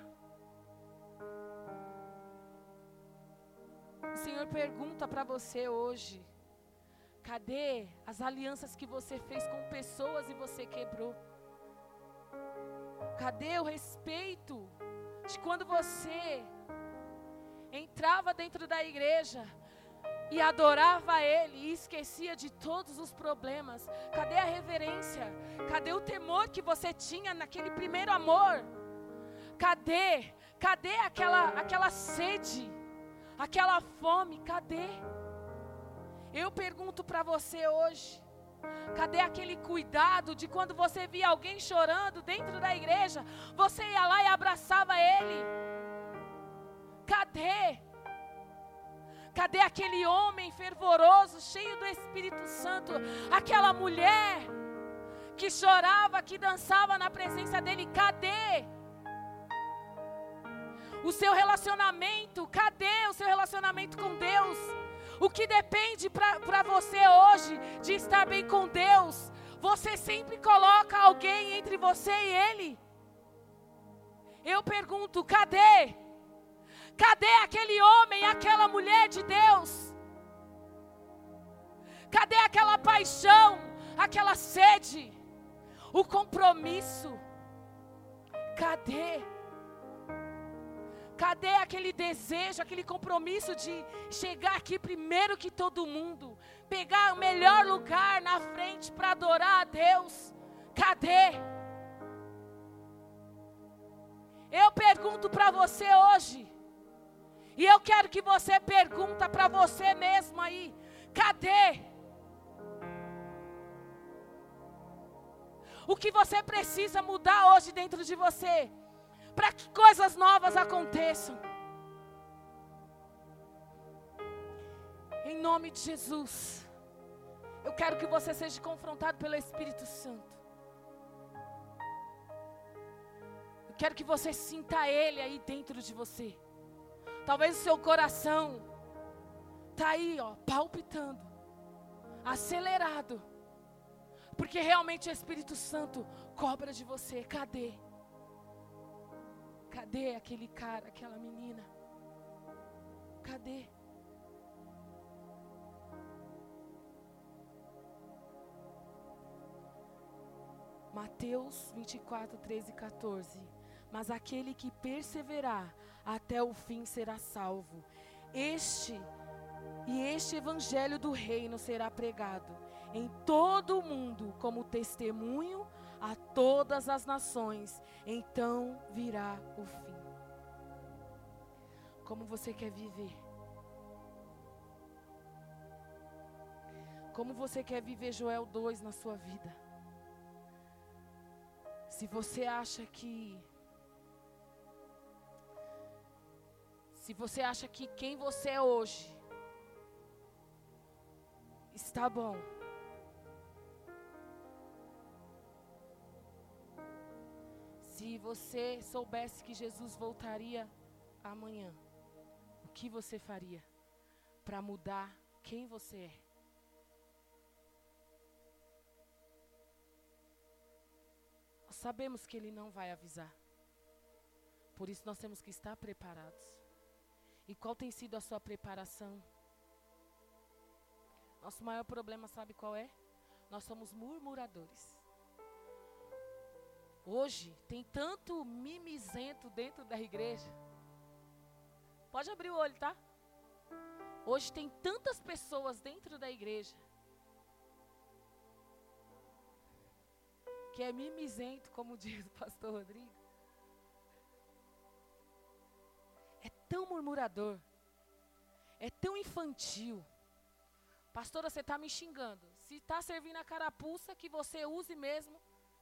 O Senhor pergunta para você hoje, cadê as alianças que você fez com pessoas e você quebrou? Cadê o respeito de quando você entrava dentro da igreja e adorava Ele e esquecia de todos os problemas. Cadê a reverência? Cadê o temor que você tinha naquele primeiro amor? Cadê? Cadê aquela, aquela sede? Aquela fome? Cadê? Eu pergunto para você hoje. Cadê aquele cuidado de quando você via alguém chorando dentro da igreja, você ia lá e abraçava ele? Cadê? Cadê aquele homem fervoroso, cheio do Espírito Santo? Aquela mulher que chorava, que dançava na presença dele? Cadê? O seu relacionamento, cadê o seu relacionamento com Deus? O que depende para você hoje de estar bem com Deus? Você sempre coloca alguém entre você e Ele? Eu pergunto, cadê? Cadê aquele homem, aquela mulher de Deus? Cadê aquela paixão, aquela sede, o compromisso? Cadê? Cadê aquele desejo, aquele compromisso de chegar aqui primeiro que todo mundo? Pegar o melhor lugar na frente para adorar a Deus? Cadê? Eu pergunto para você hoje, e eu quero que você pergunta para você mesmo aí, cadê? O que você precisa mudar hoje dentro de você? Para que coisas novas aconteçam. Em nome de Jesus, eu quero que você seja confrontado pelo Espírito Santo. Eu quero que você sinta Ele aí dentro de você. Talvez o seu coração está aí, ó, palpitando, acelerado, porque realmente o Espírito Santo cobra de você. Cadê? Cadê aquele cara, aquela menina? Cadê? Mateus vinte e quatro, treze e quatorze. Mas aquele que perseverar até o fim será salvo. Este e este evangelho do reino será pregado em todo o mundo como testemunho a todas as nações, então virá o fim. Como você quer viver? Como você quer viver Joel dois na sua vida? Se você acha que Se você acha que quem você é hoje está bom, se você soubesse que Jesus voltaria amanhã, o que você faria para mudar quem você é? Nós sabemos que Ele não vai avisar. Por isso nós temos que estar preparados. E qual tem sido a sua preparação? Nosso maior problema, sabe qual é? Nós somos murmuradores. Hoje tem tanto mimizento dentro da igreja. Pode abrir o olho, tá? Hoje tem tantas pessoas dentro da igreja que é mimizento, como diz o pastor Rodrigo. É tão murmurador. É tão infantil. Pastora, você está me xingando. Se está servindo a carapuça, que você use mesmo.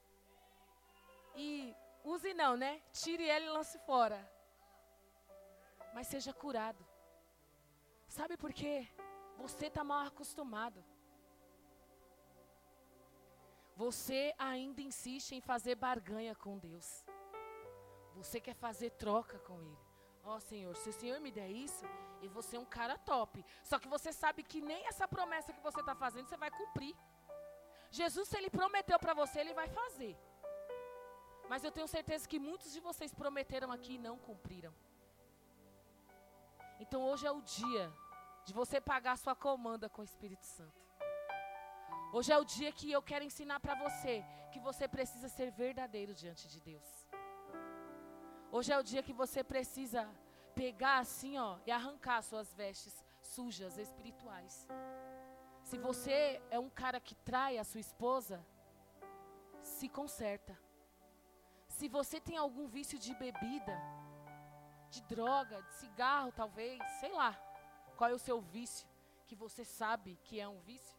E use não, né? Tire ela e lance fora. Mas seja curado. Sabe por quê? Você está mal acostumado. Você ainda insiste em fazer barganha com Deus. Você quer fazer troca com Ele. Ó, Senhor, se o Senhor me der isso, eu vou ser um cara top. Só que você sabe que nem essa promessa que você está fazendo, você vai cumprir. Jesus, se Ele prometeu para você, Ele vai fazer. Mas eu tenho certeza que muitos de vocês prometeram aqui e não cumpriram. Então hoje é o dia de você pagar sua comanda com o Espírito Santo. Hoje é o dia que eu quero ensinar para você que você precisa ser verdadeiro diante de Deus. Hoje é o dia que você precisa pegar assim, ó, e arrancar suas vestes sujas espirituais. Se você é um cara que trai a sua esposa, se conserta. Se você tem algum vício de bebida, de droga, de cigarro talvez, sei lá, qual é o seu vício, que você sabe que é um vício,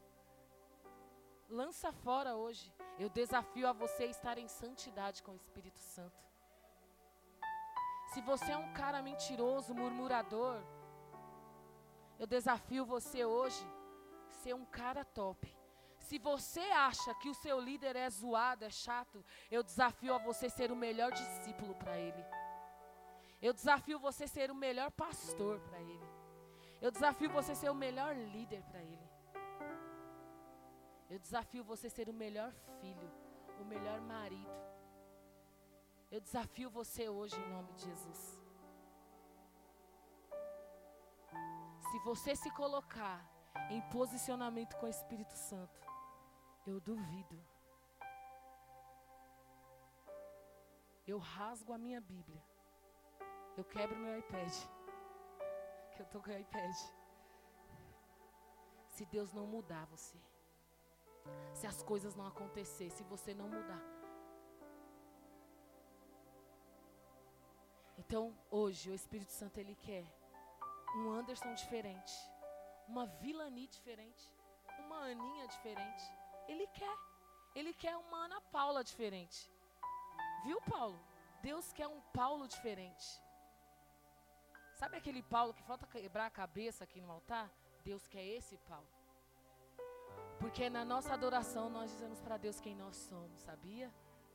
lança fora hoje. Eu desafio a você estar em santidade com o Espírito Santo. Se você é um cara mentiroso, murmurador, eu desafio você hoje ser um cara top. Se você acha que o seu líder é zoado, é chato, eu desafio a você ser o melhor discípulo para ele. Eu desafio você ser o melhor pastor para ele. Eu desafio você ser o melhor líder para ele. Eu desafio você ser o melhor filho, o melhor marido. Eu desafio você hoje em nome de Jesus. Se você se colocar em posicionamento com o Espírito Santo, eu duvido. Eu rasgo a minha Bíblia. Eu quebro meu iPad. Que eu tô com o iPad. Se Deus não mudar você. Se as coisas não acontecer, se você não mudar. Então, hoje, o Espírito Santo, Ele quer um Anderson diferente, uma Vilani diferente, uma Aninha diferente. Ele quer. Ele quer uma Ana Paula diferente. Viu, Paulo? Deus quer um Paulo diferente. Sabe aquele Paulo que falta quebrar a cabeça aqui no altar? Deus quer esse Paulo. Porque na nossa adoração nós dizemos para Deus quem nós somos, sabia?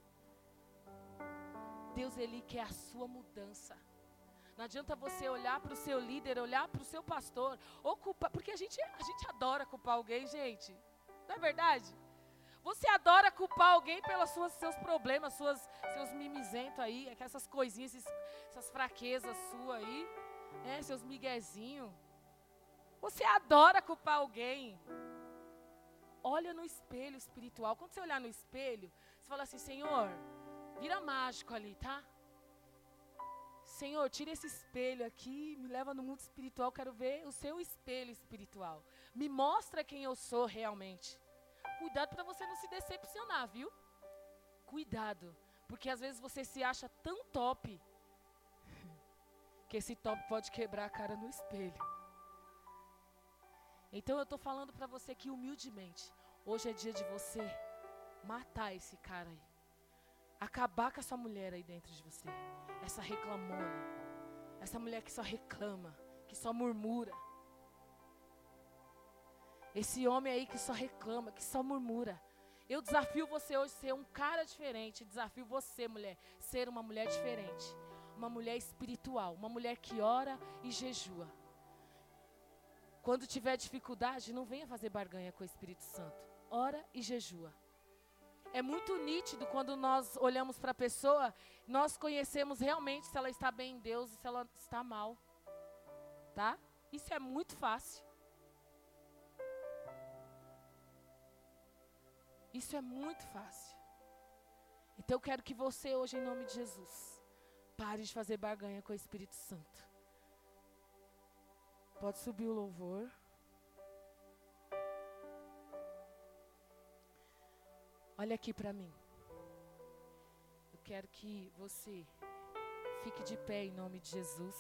Deus, Ele quer a sua mudança. Não adianta você olhar para o seu líder, olhar para o seu pastor, ou culpar, porque a gente, a gente adora culpar alguém, gente. Não é verdade? Você adora culpar alguém pelos suas, seus problemas, suas, seus mimizentos aí, essas coisinhas, esses, essas fraquezas suas aí, né, seus miguezinhos. Você adora culpar alguém. Olha no espelho espiritual. Quando você olhar no espelho, você fala assim, Senhor, vira mágico ali, tá? Senhor, tira esse espelho aqui, me leva no mundo espiritual, quero ver o seu espelho espiritual. Me mostra quem eu sou realmente. Cuidado para você não se decepcionar, viu? Cuidado, porque às vezes você se acha tão top, que esse top pode quebrar a cara no espelho. Então eu estou falando para você que humildemente, hoje é dia de você matar esse cara aí. Acabar com essa mulher aí dentro de você. Essa reclamona. Essa mulher que só reclama, que só murmura. Esse homem aí que só reclama, que só murmura. Eu desafio você hoje a ser um cara diferente. Desafio você, mulher, ser uma mulher diferente. Uma mulher espiritual. Uma mulher que ora e jejua. Quando tiver dificuldade, não venha fazer barganha com o Espírito Santo. Ora e jejua. É muito nítido quando nós olhamos para a pessoa, nós conhecemos realmente se ela está bem em Deus e se ela está mal. Tá? Isso é muito fácil. Isso é muito fácil. Então eu quero que você hoje, em nome de Jesus, pare de fazer barganha com o Espírito Santo. Pode subir o louvor. Olha aqui para mim. Eu quero que você fique de pé em nome de Jesus.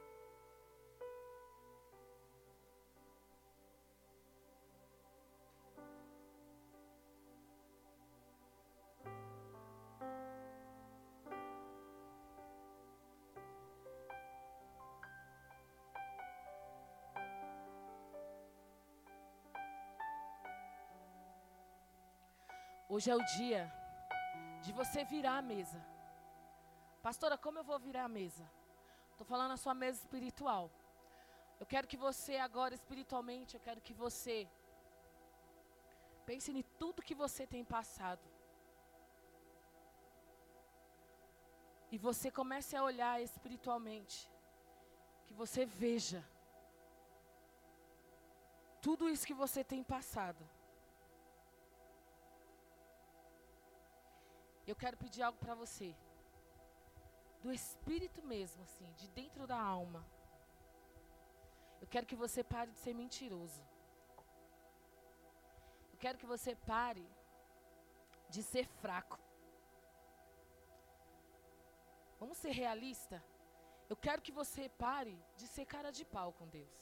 Hoje é o dia de você virar a mesa. Pastora, como eu vou virar a mesa? Estou falando a sua mesa espiritual. Eu quero que você agora, espiritualmente, eu quero que você pense em tudo que você tem passado. E você comece a olhar espiritualmente. Que você veja tudo isso que você tem passado. Eu quero pedir algo para você. do espírito mesmo, assim, de dentro da alma. Eu quero que você pare de ser mentiroso. Eu quero que você pare de ser fraco. Vamos ser realistas? Eu quero que você pare de ser cara de pau com Deus.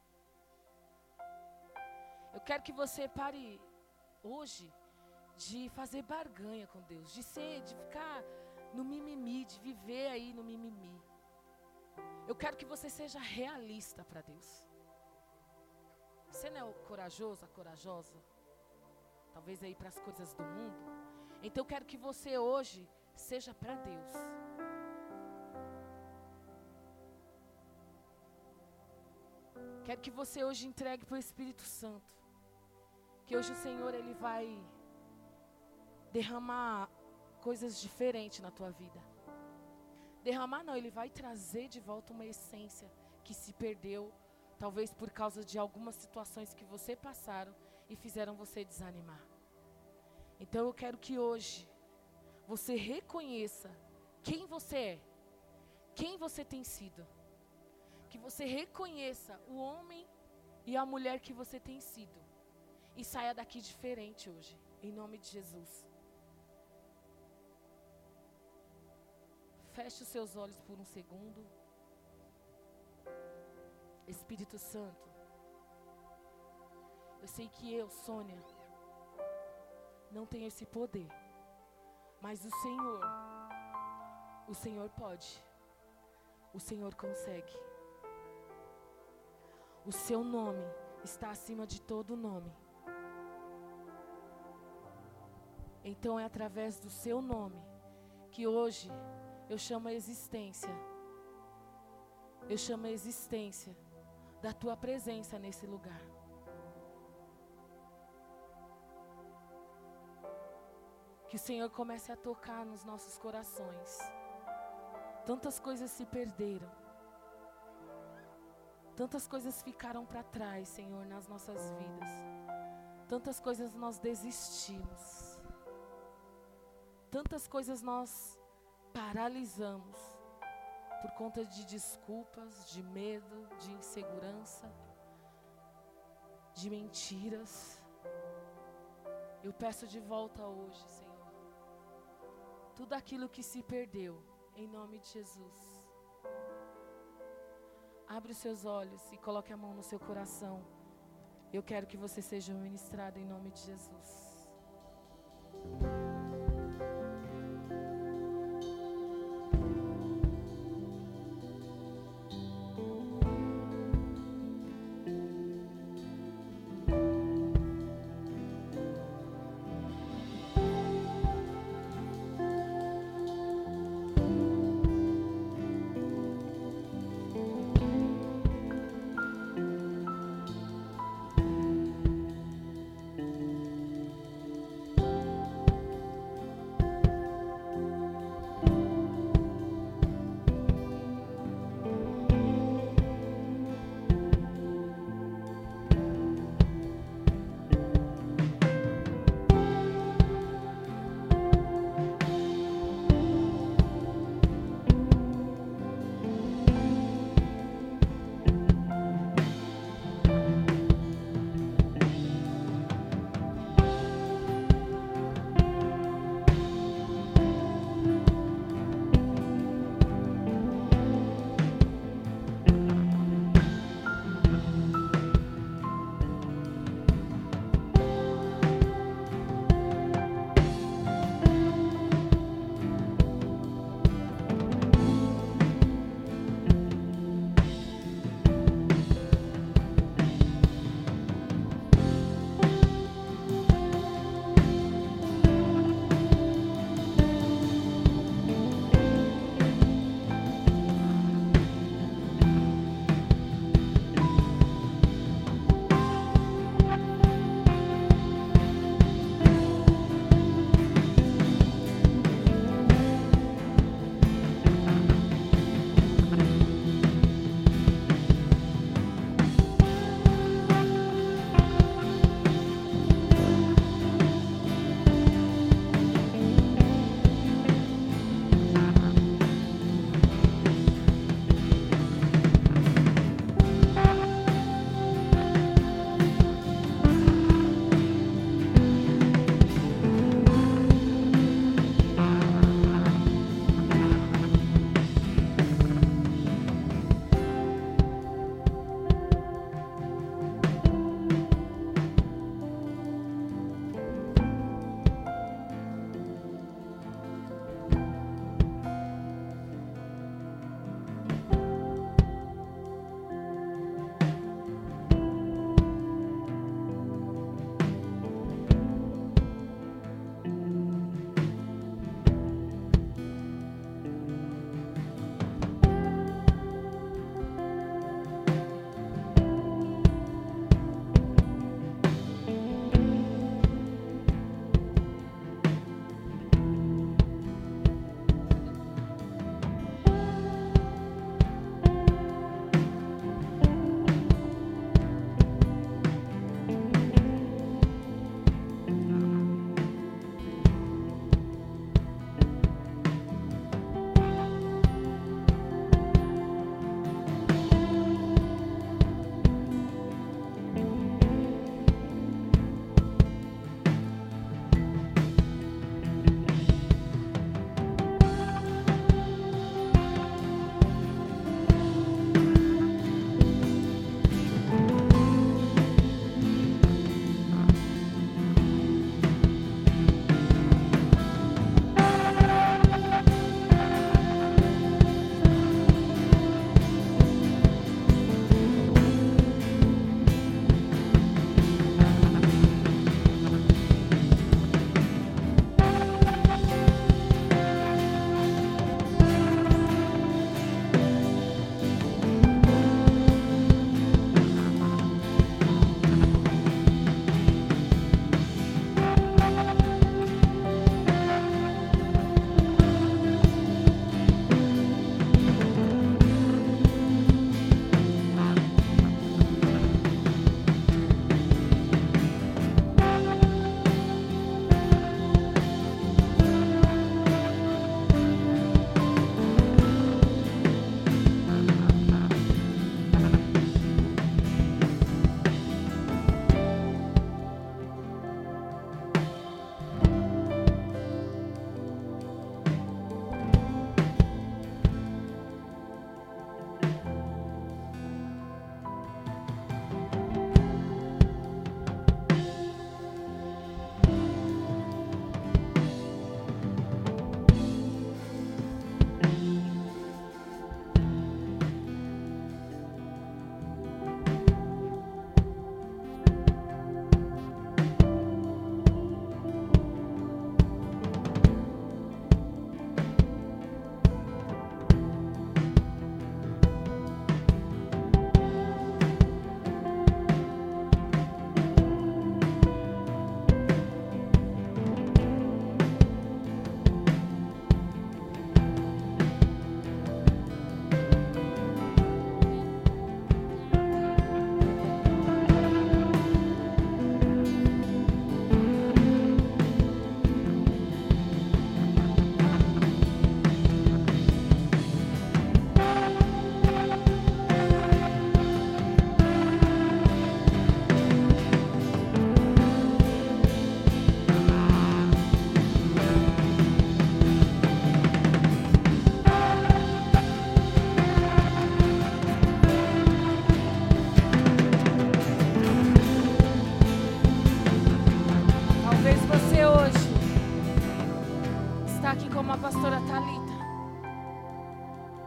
Eu quero que você pare hoje de fazer barganha com Deus, de ser, de ficar no mimimi, de viver aí no mimimi. Eu quero que você seja realista para Deus. Você não é o corajoso, a corajosa? Talvez aí para as coisas do mundo. Então eu quero que você hoje seja para Deus. Quero que você hoje entregue para o Espírito Santo. Que hoje o Senhor, Ele vai derramar coisas diferentes na tua vida. Derramar não, Ele vai trazer de volta uma essência que se perdeu, talvez por causa de algumas situações que você passaram e fizeram você desanimar. Então eu quero que hoje você reconheça quem você é, quem você tem sido. Que você reconheça o homem e a mulher que você tem sido. E saia daqui diferente hoje, em nome de Jesus. Feche os seus olhos por um segundo. Espírito Santo, eu sei que eu, Sônia, não tenho esse poder, mas o Senhor, o Senhor pode, o Senhor consegue. O seu nome está acima de todo nome. Então é através do seu nome que hoje eu chamo a existência. Eu chamo a existência da tua presença nesse lugar. Que o Senhor comece a tocar nos nossos corações. Tantas coisas se perderam. Tantas coisas ficaram para trás, Senhor, nas nossas vidas. Tantas coisas nós desistimos. Tantas coisas nós paralisamos por conta de desculpas, de medo, de insegurança, de mentiras. Eu peço de volta hoje, Senhor, tudo aquilo que se perdeu, em nome de Jesus. Abre os seus olhos e coloque a mão no seu coração. Eu quero que você seja ministrado em nome de Jesus.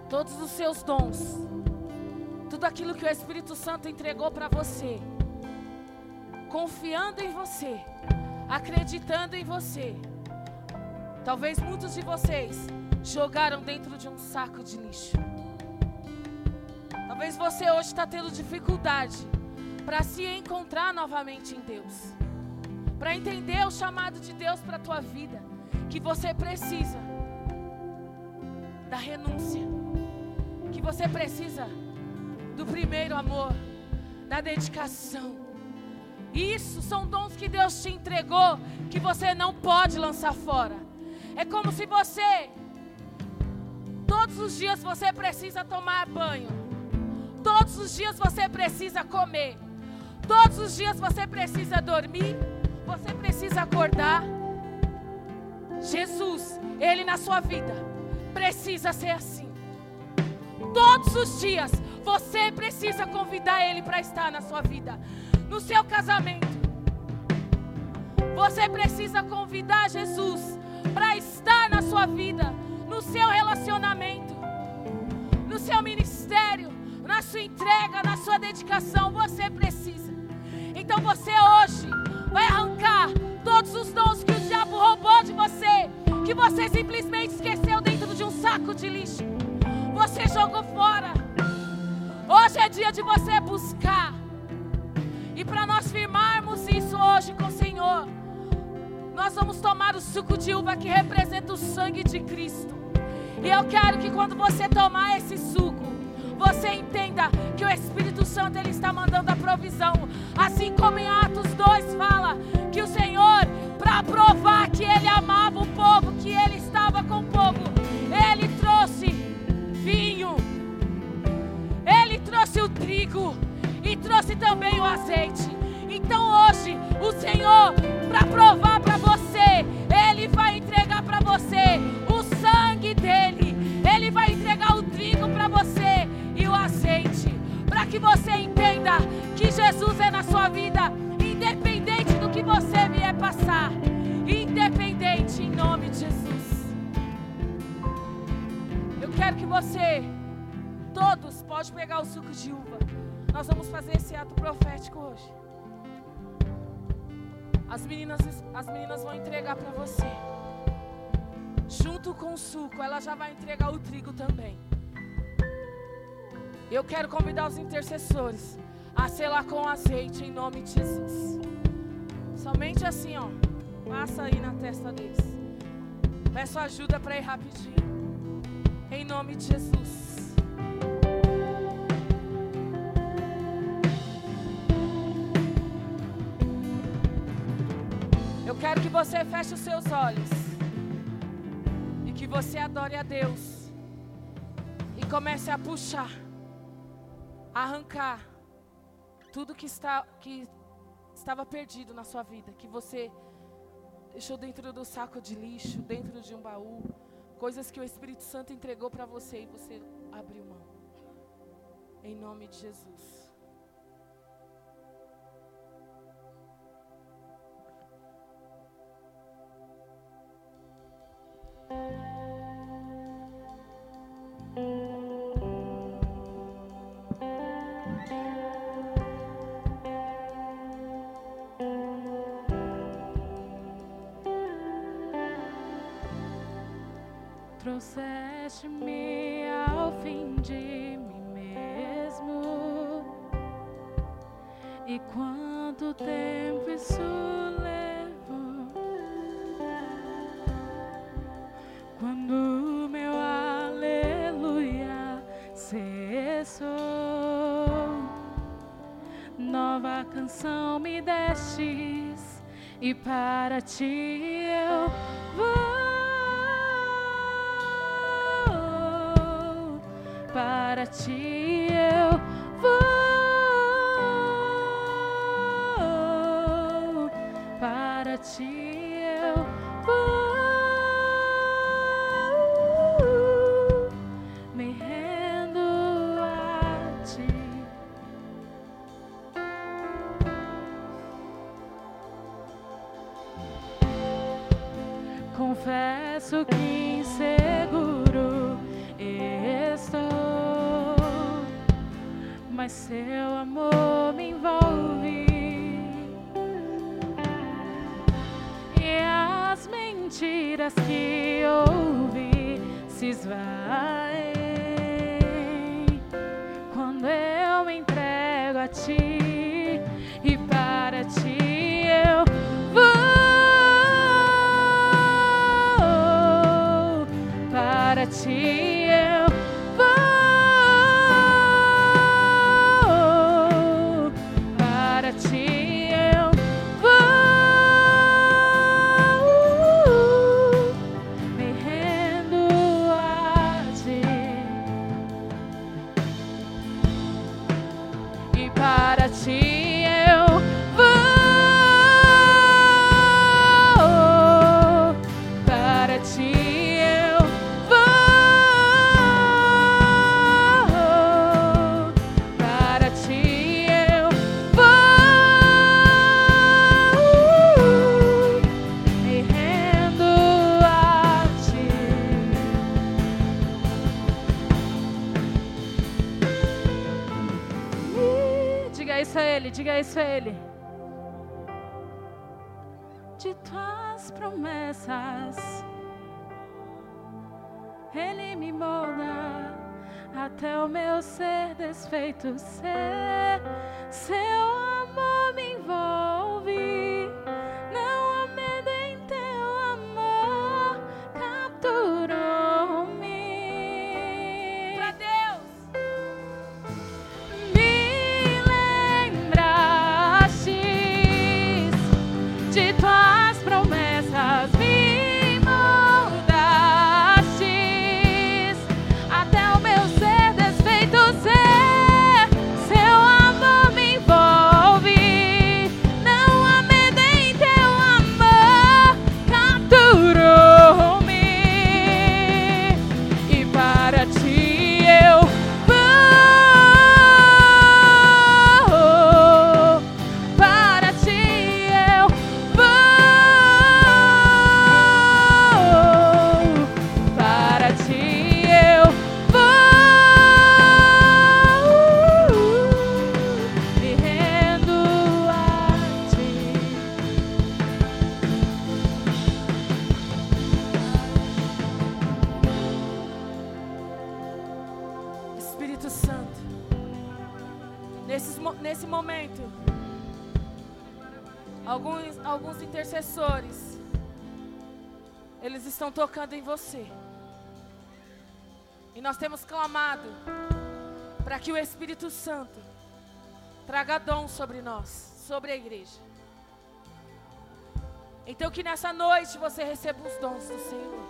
todos os seus dons, tudo aquilo que o Espírito Santo entregou para você, confiando em você, acreditando em você. Talvez muitos de vocês jogaram dentro de um saco de lixo. Talvez você hoje está tendo dificuldade para se encontrar novamente em Deus, para entender o chamado de Deus para a tua vida, que você precisa da renúncia, que você precisa do primeiro amor, da dedicação. Isso são dons que Deus te entregou, que você não pode lançar fora. É como se você, todos os dias você precisa tomar banho, todos os dias você precisa comer, todos os dias você precisa dormir, você precisa acordar. Jesus, Ele na sua vida precisa ser assim. Todos os dias você precisa convidar Ele para estar na sua vida. No seu casamento, você precisa convidar Jesus para estar na sua vida. No seu relacionamento, no seu ministério, na sua entrega, na sua dedicação, você precisa. Então você hoje vai arrancar todos os dons que o diabo roubou de você, que você simplesmente esqueceu dentro de um saco de lixo. Você jogou fora. Hoje é dia de você buscar. E para nós firmarmos isso hoje com o Senhor, nós vamos tomar o suco de uva que representa o sangue de Cristo. E eu quero que quando você tomar esse suco, você entenda que o Espírito Santo Ele está mandando a provisão. Assim como em Atos dois fala que o Senhor, para provar que Ele amava o povo, que Ele estava com o povo, Ele trouxe vinho, Ele trouxe o trigo e trouxe também o azeite. Então hoje o Senhor, para provar para você, Ele vai entregar para você o sangue dEle. Ele vai entregar o trigo para você e o azeite, para que você entenda que Jesus é na sua vida, independente do que você vier passar, independente, em nome de Jesus. Eu quero que você, todos, pode pegar o suco de uva. Nós vamos fazer esse ato profético hoje. As meninas, as meninas vão entregar para você. Junto com o suco, ela já vai entregar o trigo também. Eu quero convidar os intercessores a selar com azeite em nome de Jesus. Somente assim, ó. Passa aí na testa deles. Peço ajuda para ir rapidinho. Em nome de Jesus. Eu quero que você feche os seus olhos e que você adore a Deus e comece a puxar, a arrancar tudo que, está, que estava perdido na sua vida, que você deixou dentro do saco de lixo, dentro de um baú, coisas que o Espírito Santo entregou para você e você abriu mão. Em nome de Jesus. Trouxeste-me ao fim de mim mesmo. E quanto tempo isso levou? Quando meu aleluia cessou, nova canção me destes e para ti eu vou. Para ti eu vou, para ti eu vou, me rendo a ti. Confesso que inseguro estou, mas seu amor me envolve. E as mentiras que ouvi se esvaem quando eu me entrego a ti, e para ti eu vou, para ti eu vou, para ti eu vou, me rendo a ti, e para ti eu vou, para ti eu vou, para ti eu vou, me rendo a ti. Ih, Diga isso a ele, diga isso a ele. De tuas promessas ele me molda até o meu ser desfeito ser. Seu amor me envolve, não há medo em teu amor, capturou-me. Pra Deus. Me lembraste de tuas promessas, me moldastes até o meu ser desfeito ser. Seu amor me envolve, não há medo em teu amor, capturou-me, e para ti eu vou, para ti eu vou, para ti eu vou, me rendo a ti. Espírito Santo, nesse, nesse momento, alguns, alguns intercessores, eles estão tocando em você. E nós temos clamado para que o Espírito Santo traga dom sobre nós, sobre a igreja. Então que nessa noite você receba os dons do Senhor.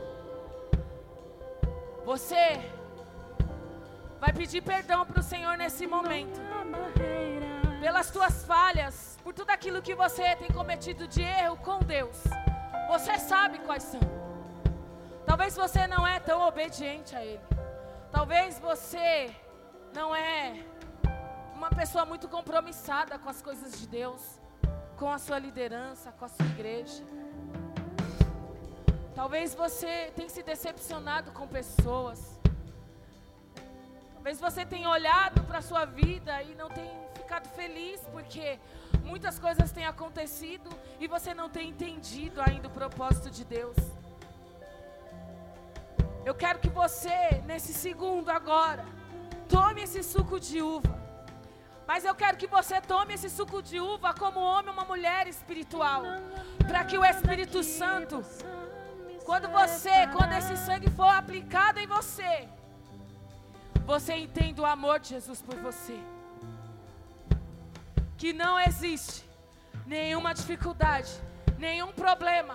Você vai pedir perdão para o Senhor nesse momento, pelas tuas falhas, por tudo aquilo que você tem cometido de erro com Deus. Você sabe quais são. Talvez você não é tão obediente a Ele. Talvez você não é uma pessoa muito compromissada com as coisas de Deus, com a sua liderança, com a sua igreja. Talvez você tenha se decepcionado com pessoas. Talvez você tenha olhado para a sua vida e não tenha ficado feliz, porque muitas coisas têm acontecido e você não tem entendido ainda o propósito de Deus. Eu quero que você, nesse segundo agora, tome esse suco de uva. Mas eu quero que você tome esse suco de uva como homem ou uma mulher espiritual, para que o Espírito Santo, quando você, quando esse sangue for aplicado em você, você entenda o amor de Jesus por você. Que não existe nenhuma dificuldade, nenhum problema,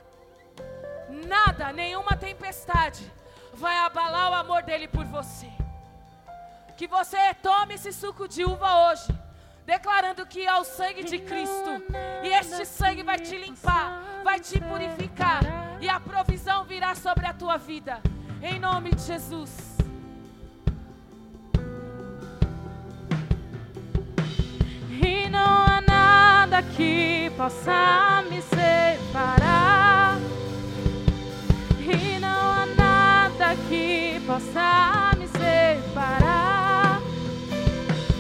nada, nenhuma tempestade vai abalar o amor dele por você. Que você tome esse suco de uva hoje, declarando que é o sangue de Cristo, e este sangue vai te limpar, vai te purificar, e a provisão virá sobre a tua vida, em nome de Jesus. E não há nada que possa me separar, e não há nada que possa me separar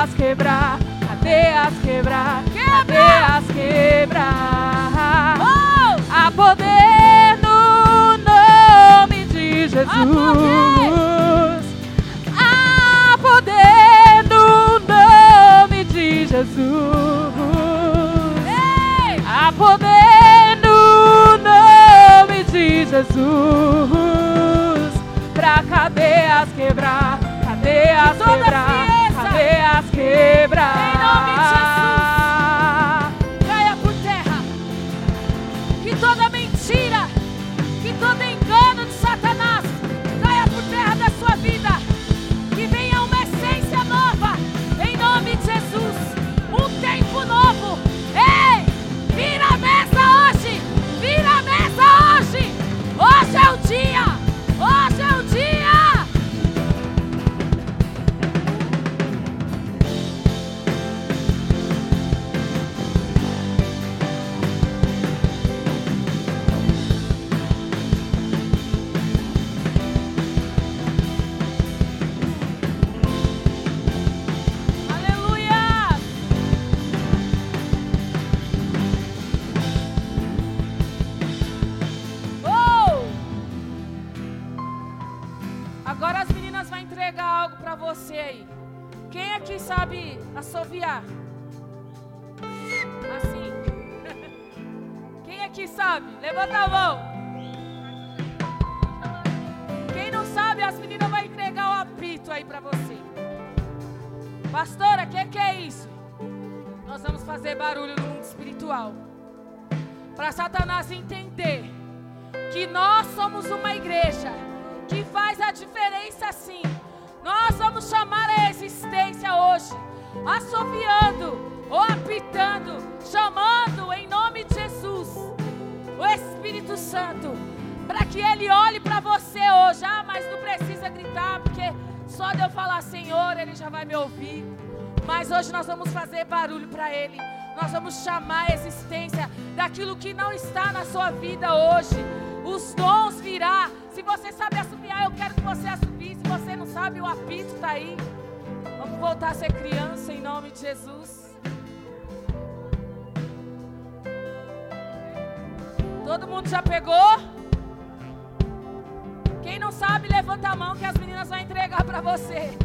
cadeias quebrar, cadeias quebrar, cadeias quebrar. Oh! Há poder no nome de Jesus. Há poder no nome de Jesus. Ei! Há poder no nome de Jesus. Pra cadeias quebrar, cadeias Toda quebrar, frieza. cadeias quebrar. Em nome de Jesus, caia por terra. Que toda mentira, que todo engano de Satanás caia por terra da sua vida. Que venha uma essência nova, em nome de Jesus. Um tempo novo. Ei, vira a mesa hoje, vira a mesa hoje. Hoje é o dia, hoje é o dia. Aleluia! Oh! Agora as meninas vão entregar algo pra você aí. Quem aqui sabe assoviar? Assim. Quem aqui sabe? Levanta a mão. Quem não sabe, as meninas vão entregar o apito aí pra você. Pastora, o que, que é isso? Nós vamos fazer barulho no mundo espiritual. Para Satanás entender que nós somos uma igreja que faz a diferença sim. Nós vamos chamar a existência hoje, assoviando ou apitando, chamando em nome de Jesus o Espírito Santo, para que ele olhe para você hoje. Ah, mas não precisa gritar, porque só de eu falar Senhor, ele já vai me ouvir. Mas hoje nós vamos fazer barulho para ele. Nós vamos chamar a existência daquilo que não está na sua vida hoje. Os dons virá. Se você sabe assoviar, eu quero que você assovie. Se você não sabe, o apito está aí. Vamos voltar a ser criança em nome de Jesus. Todo mundo já pegou? Quem não sabe, levanta a mão que as meninas vão entregar para você.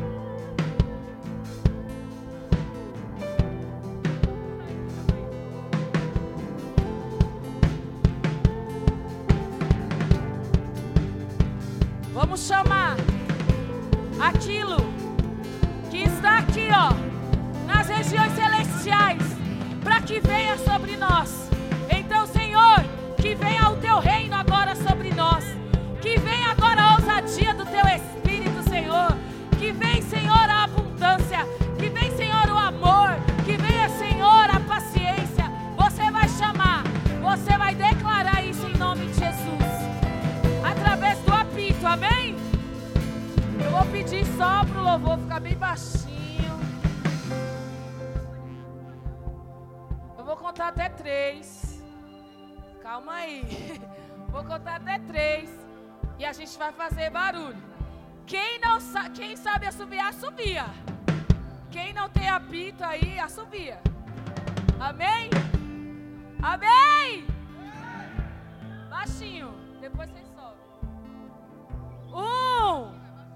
Vamos chamar aquilo que está aqui, ó, nas regiões celestiais, para que venha sobre nós. Então, Senhor, que venha o teu reino agora sobre nós. Que venha agora a ousadia do teu Espírito, Senhor. Que venha, Senhor, a abundância. Que venha, Senhor, o amor. Que venha, Senhor, a paciência. Você vai chamar, você vai declarar isso em nome de Jesus. Através do apito, amém? Eu vou pedir só para o louvor ficar bem baixinho. Eu vou contar até três. Calma aí. Vou contar até três. E a gente vai fazer barulho. Quem não sa- quem sabe assoviar, assovia. Quem não tem apito aí, assovia. Amém? Amém? Baixinho. Depois vocês sobem. Um,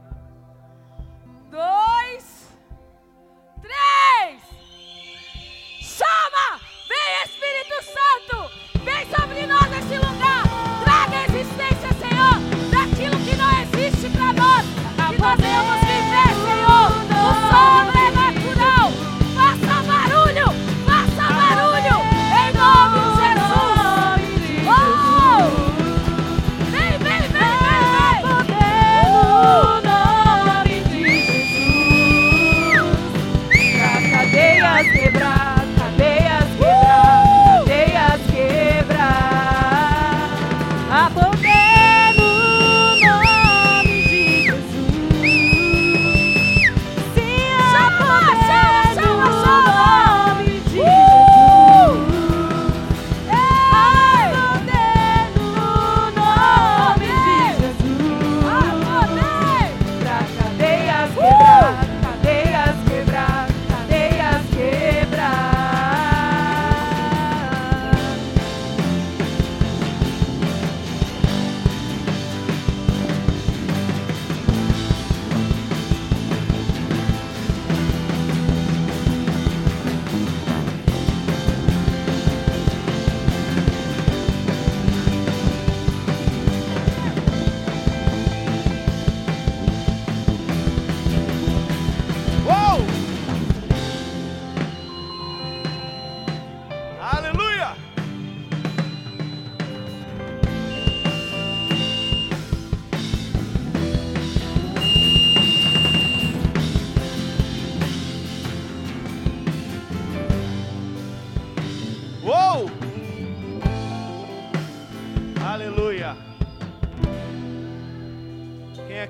dois, três. Chama! Vem, Espírito Santo! Vem sobre nós nesse lugar! Traga a existência, Senhor, daquilo que não existe para nós! Que nós venhamos viver, Senhor, o sobrenatural! Faça barulho! Faça barulho! Em nome de Jesus! Oh! Vem,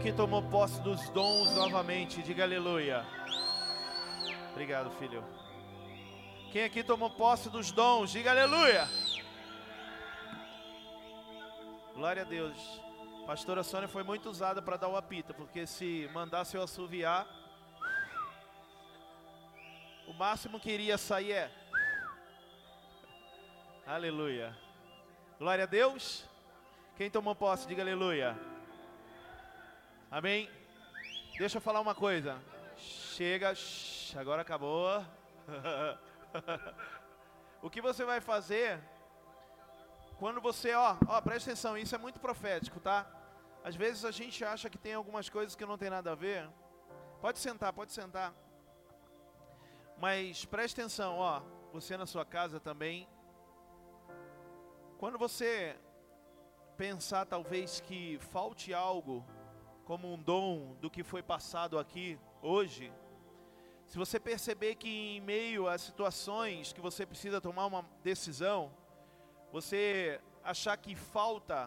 aqui tomou posse dos dons novamente? Diga aleluia. Obrigado, filho. Quem aqui tomou posse dos dons? Diga aleluia. Glória a Deus. Pastora Sônia foi muito usada para dar o apito, porque se mandasse eu assoviar, o máximo que iria sair é... Aleluia. Glória a Deus. Quem tomou posse, diga aleluia. Amém. Deixa eu falar uma coisa. Chega, shh, agora acabou. O que você vai fazer quando você, ó, ó, presta atenção, isso é muito profético, tá? Às vezes a gente acha que tem algumas coisas que não tem nada a ver. Pode sentar, pode sentar. Mas preste atenção, ó, você na sua casa também. Quando você pensar talvez que falte algo, como um dom do que foi passado aqui hoje, se você perceber que em meio a situações que você precisa tomar uma decisão, você achar que falta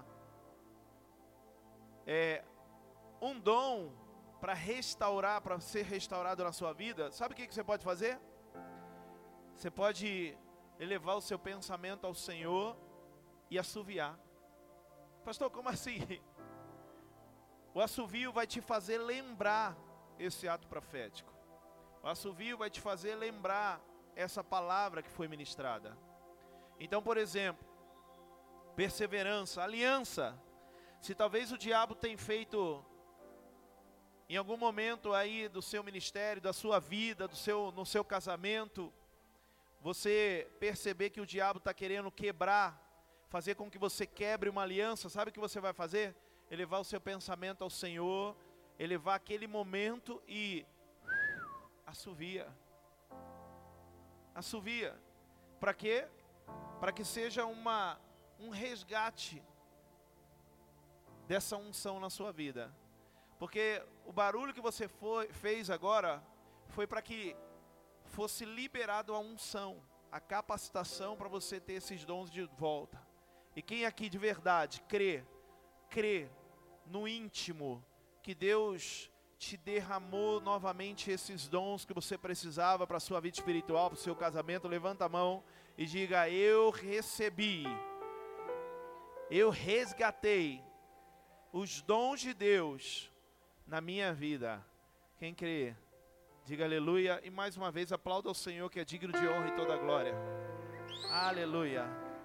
é, um dom para restaurar, para ser restaurado na sua vida, sabe o que, que você pode fazer? Você pode elevar o seu pensamento ao Senhor e assoviar. Pastor, como assim? O assovio vai te fazer lembrar esse ato profético. O assovio vai te fazer lembrar essa palavra que foi ministrada. Então, por exemplo, perseverança, aliança. Se talvez o diabo tenha feito em algum momento aí do seu ministério, da sua vida, do seu, no seu casamento, você perceber que o diabo está querendo quebrar, fazer com que você quebre uma aliança, sabe o que você vai fazer? Elevar o seu pensamento ao Senhor, elevar aquele momento e assovia. Assovia. Para quê? Para que seja uma, um resgate dessa unção na sua vida. Porque o barulho que você foi, fez agora foi para que fosse liberado a unção, a capacitação para você ter esses dons de volta. E quem aqui de verdade crê, crê no íntimo que Deus te derramou novamente esses dons que você precisava para a sua vida espiritual, para o seu casamento, levanta a mão e diga: eu recebi, eu resgatei os dons de Deus na minha vida. Quem crê, diga aleluia. E mais uma vez aplauda ao Senhor, que é digno de honra e toda a glória. Aleluia.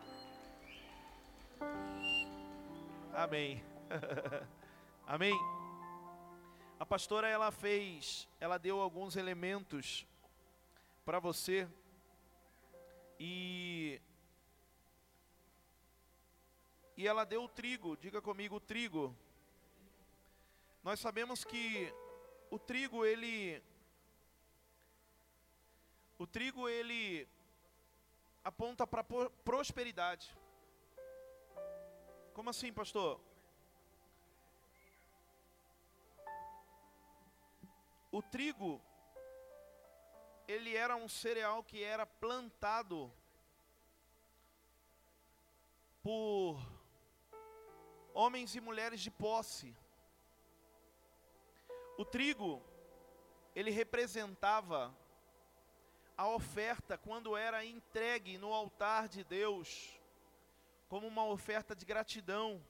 Amém. Amém. A pastora, ela fez, ela deu alguns elementos para você. E E ela deu o trigo. Diga comigo, o trigo. Nós sabemos que o trigo, ele O trigo, ele aponta para prosperidade. Como assim, pastor? O trigo, ele era um cereal que era plantado por homens e mulheres de posse. O trigo, ele representava a oferta quando era entregue no altar de Deus, como uma oferta de gratidão.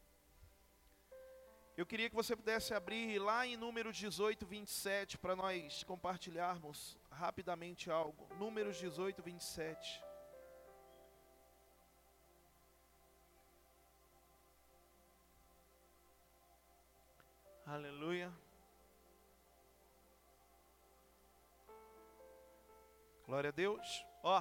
Eu queria que você pudesse abrir lá em Números dezoito, vinte e sete, para nós compartilharmos rapidamente algo. Números dezoito, vinte e sete. Aleluia. Glória a Deus. Ó.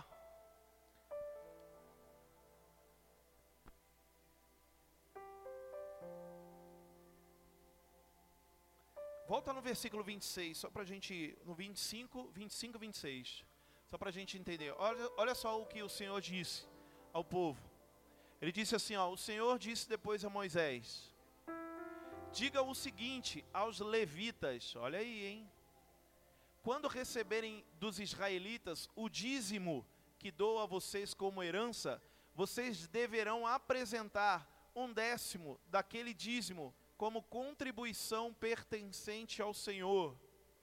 Volta no versículo vinte e seis, só para a gente, no vinte e cinco, vinte e cinco, vinte e seis, só para a gente entender. Olha, olha só o que o Senhor disse ao povo. Ele disse assim, ó: o Senhor disse depois a Moisés: diga o seguinte aos levitas, olha aí, hein? Quando receberem dos israelitas o dízimo que dou a vocês como herança, vocês deverão apresentar um décimo daquele dízimo como contribuição pertencente ao Senhor.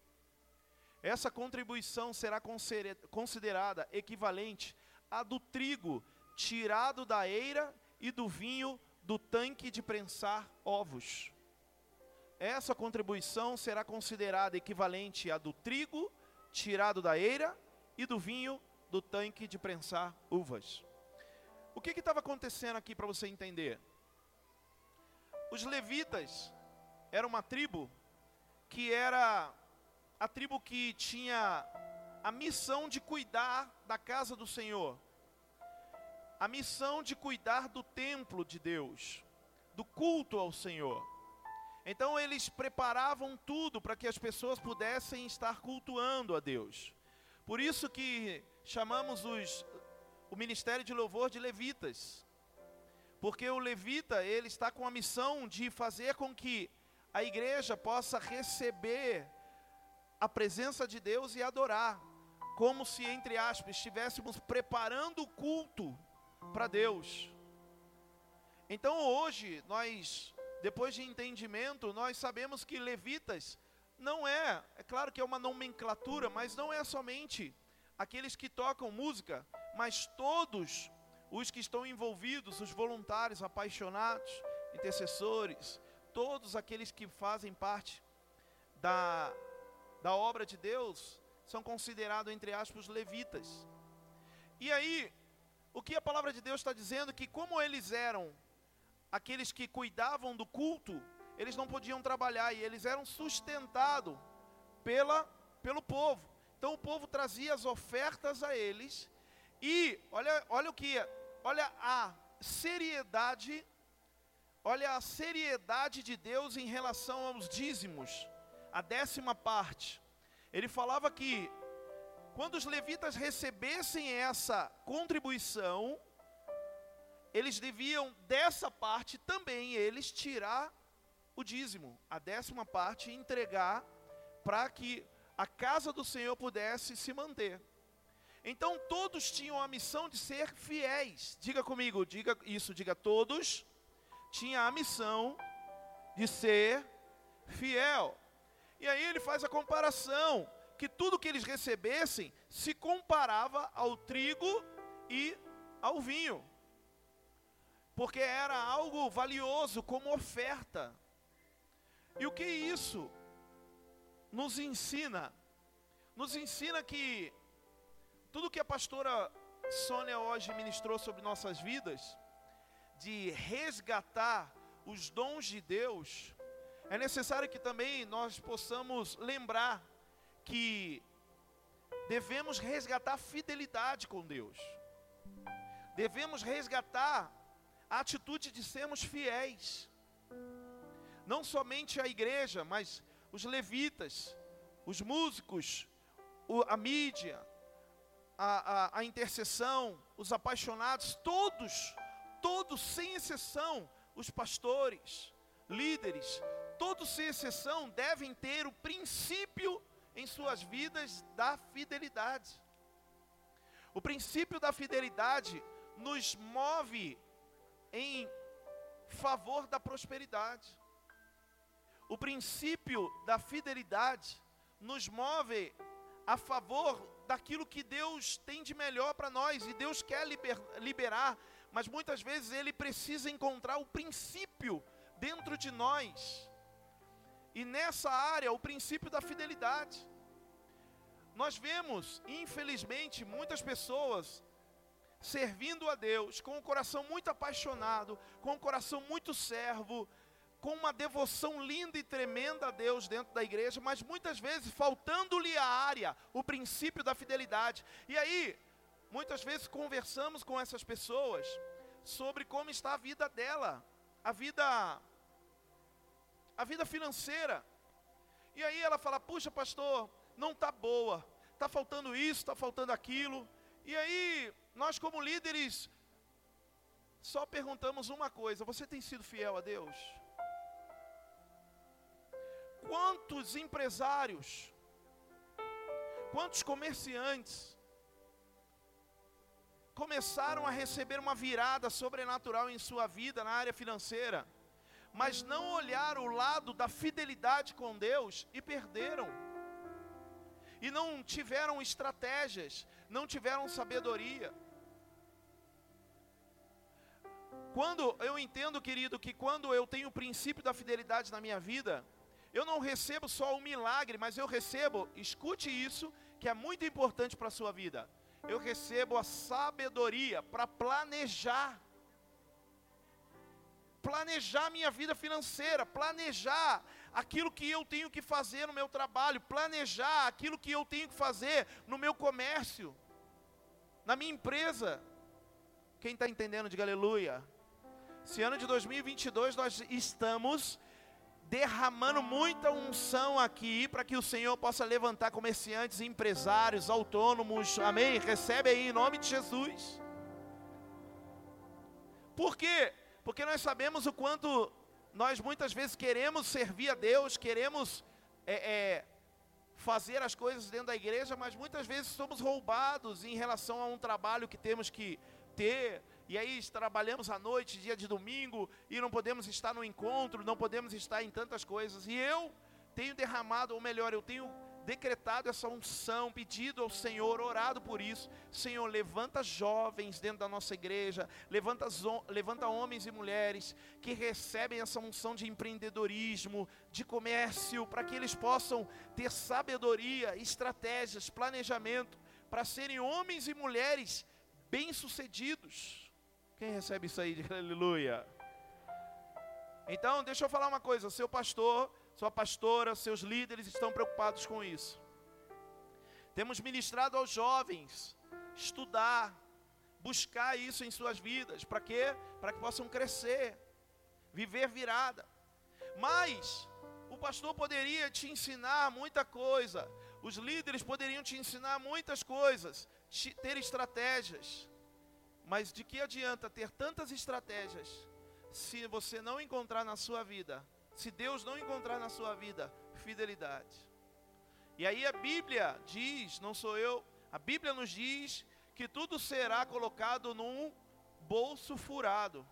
Essa contribuição será considerada equivalente à do trigo tirado da eira e do vinho do tanque de prensar ovos. Essa contribuição será considerada equivalente à do trigo tirado da eira e do vinho do tanque de prensar uvas. O que estava acontecendo aqui para você entender? Os levitas eram uma tribo que era a tribo que tinha a missão de cuidar da casa do Senhor, a missão de cuidar do templo de Deus, do culto ao Senhor. Então eles preparavam tudo para que as pessoas pudessem estar cultuando a Deus. Por isso que chamamos os, o ministério de louvor de levitas. Porque o levita, ele está com a missão de fazer com que a igreja possa receber a presença de Deus e adorar. Como se, entre aspas, estivéssemos preparando o culto para Deus. Então hoje, nós, depois de entendimento, nós sabemos que levitas não é, é claro que é uma nomenclatura, mas não é somente aqueles que tocam música, mas todos os que estão envolvidos, os voluntários, apaixonados, intercessores, todos aqueles que fazem parte da, da obra de Deus, são considerados, entre aspas, levitas. E aí, o que a palavra de Deus está dizendo, que como eles eram aqueles que cuidavam do culto, eles não podiam trabalhar, e eles eram sustentados pela, pelo povo. Então o povo trazia as ofertas a eles, e olha, olha o que, olha a seriedade, olha a seriedade de Deus em relação aos dízimos, a décima parte. Ele falava que quando os levitas recebessem essa contribuição, eles deviam dessa parte também eles tirar o dízimo, a décima parte, e entregar para que a casa do Senhor pudesse se manter. Então todos tinham a missão de ser fiéis. Diga comigo, diga isso, diga todos tinham a missão de ser fiel. E aí ele faz a comparação, que tudo que eles recebessem se comparava ao trigo e ao vinho, porque era algo valioso como oferta. E o que isso nos ensina? Nos ensina que tudo que a pastora Sônia hoje ministrou sobre nossas vidas, de resgatar os dons de Deus, é necessário que também nós possamos lembrar que devemos resgatar a fidelidade com Deus. Devemos resgatar a atitude de sermos fiéis. Não somente a igreja, mas os levitas, os músicos, a mídia, a, a, a intercessão, os apaixonados, todos, todos sem exceção, os pastores, líderes, todos sem exceção devem ter o princípio em suas vidas da fidelidade. O princípio da fidelidade nos move em favor da prosperidade. O princípio da fidelidade nos move a favor daquilo que Deus tem de melhor para nós, e Deus quer liber, liberar, mas muitas vezes Ele precisa encontrar o princípio dentro de nós, e nessa área, o princípio da fidelidade. Nós vemos, infelizmente, muitas pessoas servindo a Deus com um coração muito apaixonado, com um coração muito servo, com uma devoção linda e tremenda a Deus dentro da igreja, mas muitas vezes faltando-lhe a área, o princípio da fidelidade. E aí, muitas vezes conversamos com essas pessoas sobre como está a vida dela, a vida, a vida financeira. E aí ela fala: puxa, pastor, não está boa, está faltando isso, está faltando aquilo. E aí, nós como líderes, só perguntamos uma coisa: você tem sido fiel a Deus? Quantos empresários, quantos comerciantes começaram a receber uma virada sobrenatural em sua vida na área financeira, mas não olharam o lado da fidelidade com Deus e perderam. E não tiveram estratégias, não tiveram sabedoria. Quando eu entendo, querido, que quando eu tenho o princípio da fidelidade na minha vida, eu não recebo só o milagre, mas eu recebo, escute isso, que é muito importante para a sua vida. Eu recebo a sabedoria para planejar. Planejar minha vida financeira, planejar aquilo que eu tenho que fazer no meu trabalho, planejar aquilo que eu tenho que fazer no meu comércio, na minha empresa. Quem está entendendo, diga aleluia. Esse ano de dois mil e vinte e dois nós estamos derramando muita unção aqui, para que o Senhor possa levantar comerciantes, empresários, autônomos, amém? Recebe aí em nome de Jesus. Por quê? Porque nós sabemos o quanto nós muitas vezes queremos servir a Deus, queremos é, é, fazer as coisas dentro da igreja, mas muitas vezes somos roubados em relação a um trabalho que temos que ter, e aí trabalhamos à noite, dia de domingo, e não podemos estar no encontro, não podemos estar em tantas coisas, e eu tenho derramado, ou melhor, eu tenho decretado essa unção, pedido ao Senhor, orado por isso. Senhor, levanta jovens dentro da nossa igreja, levanta, levanta homens e mulheres que recebem essa unção de empreendedorismo, de comércio, para que eles possam ter sabedoria, estratégias, planejamento, para serem homens e mulheres bem-sucedidos. Quem recebe isso aí? Aleluia. Então, deixa eu falar uma coisa, seu pastor, sua pastora, seus líderes estão preocupados com isso. Temos ministrado aos jovens, estudar, buscar isso em suas vidas. Para quê? Para que possam crescer, viver virada. Mas, o pastor poderia te ensinar muita coisa, os líderes poderiam te ensinar muitas coisas, te, ter estratégias. Mas de que adianta ter tantas estratégias, se você não encontrar na sua vida, se Deus não encontrar na sua vida fidelidade? E aí a Bíblia diz, não sou eu, a Bíblia nos diz que tudo será colocado num bolso furado.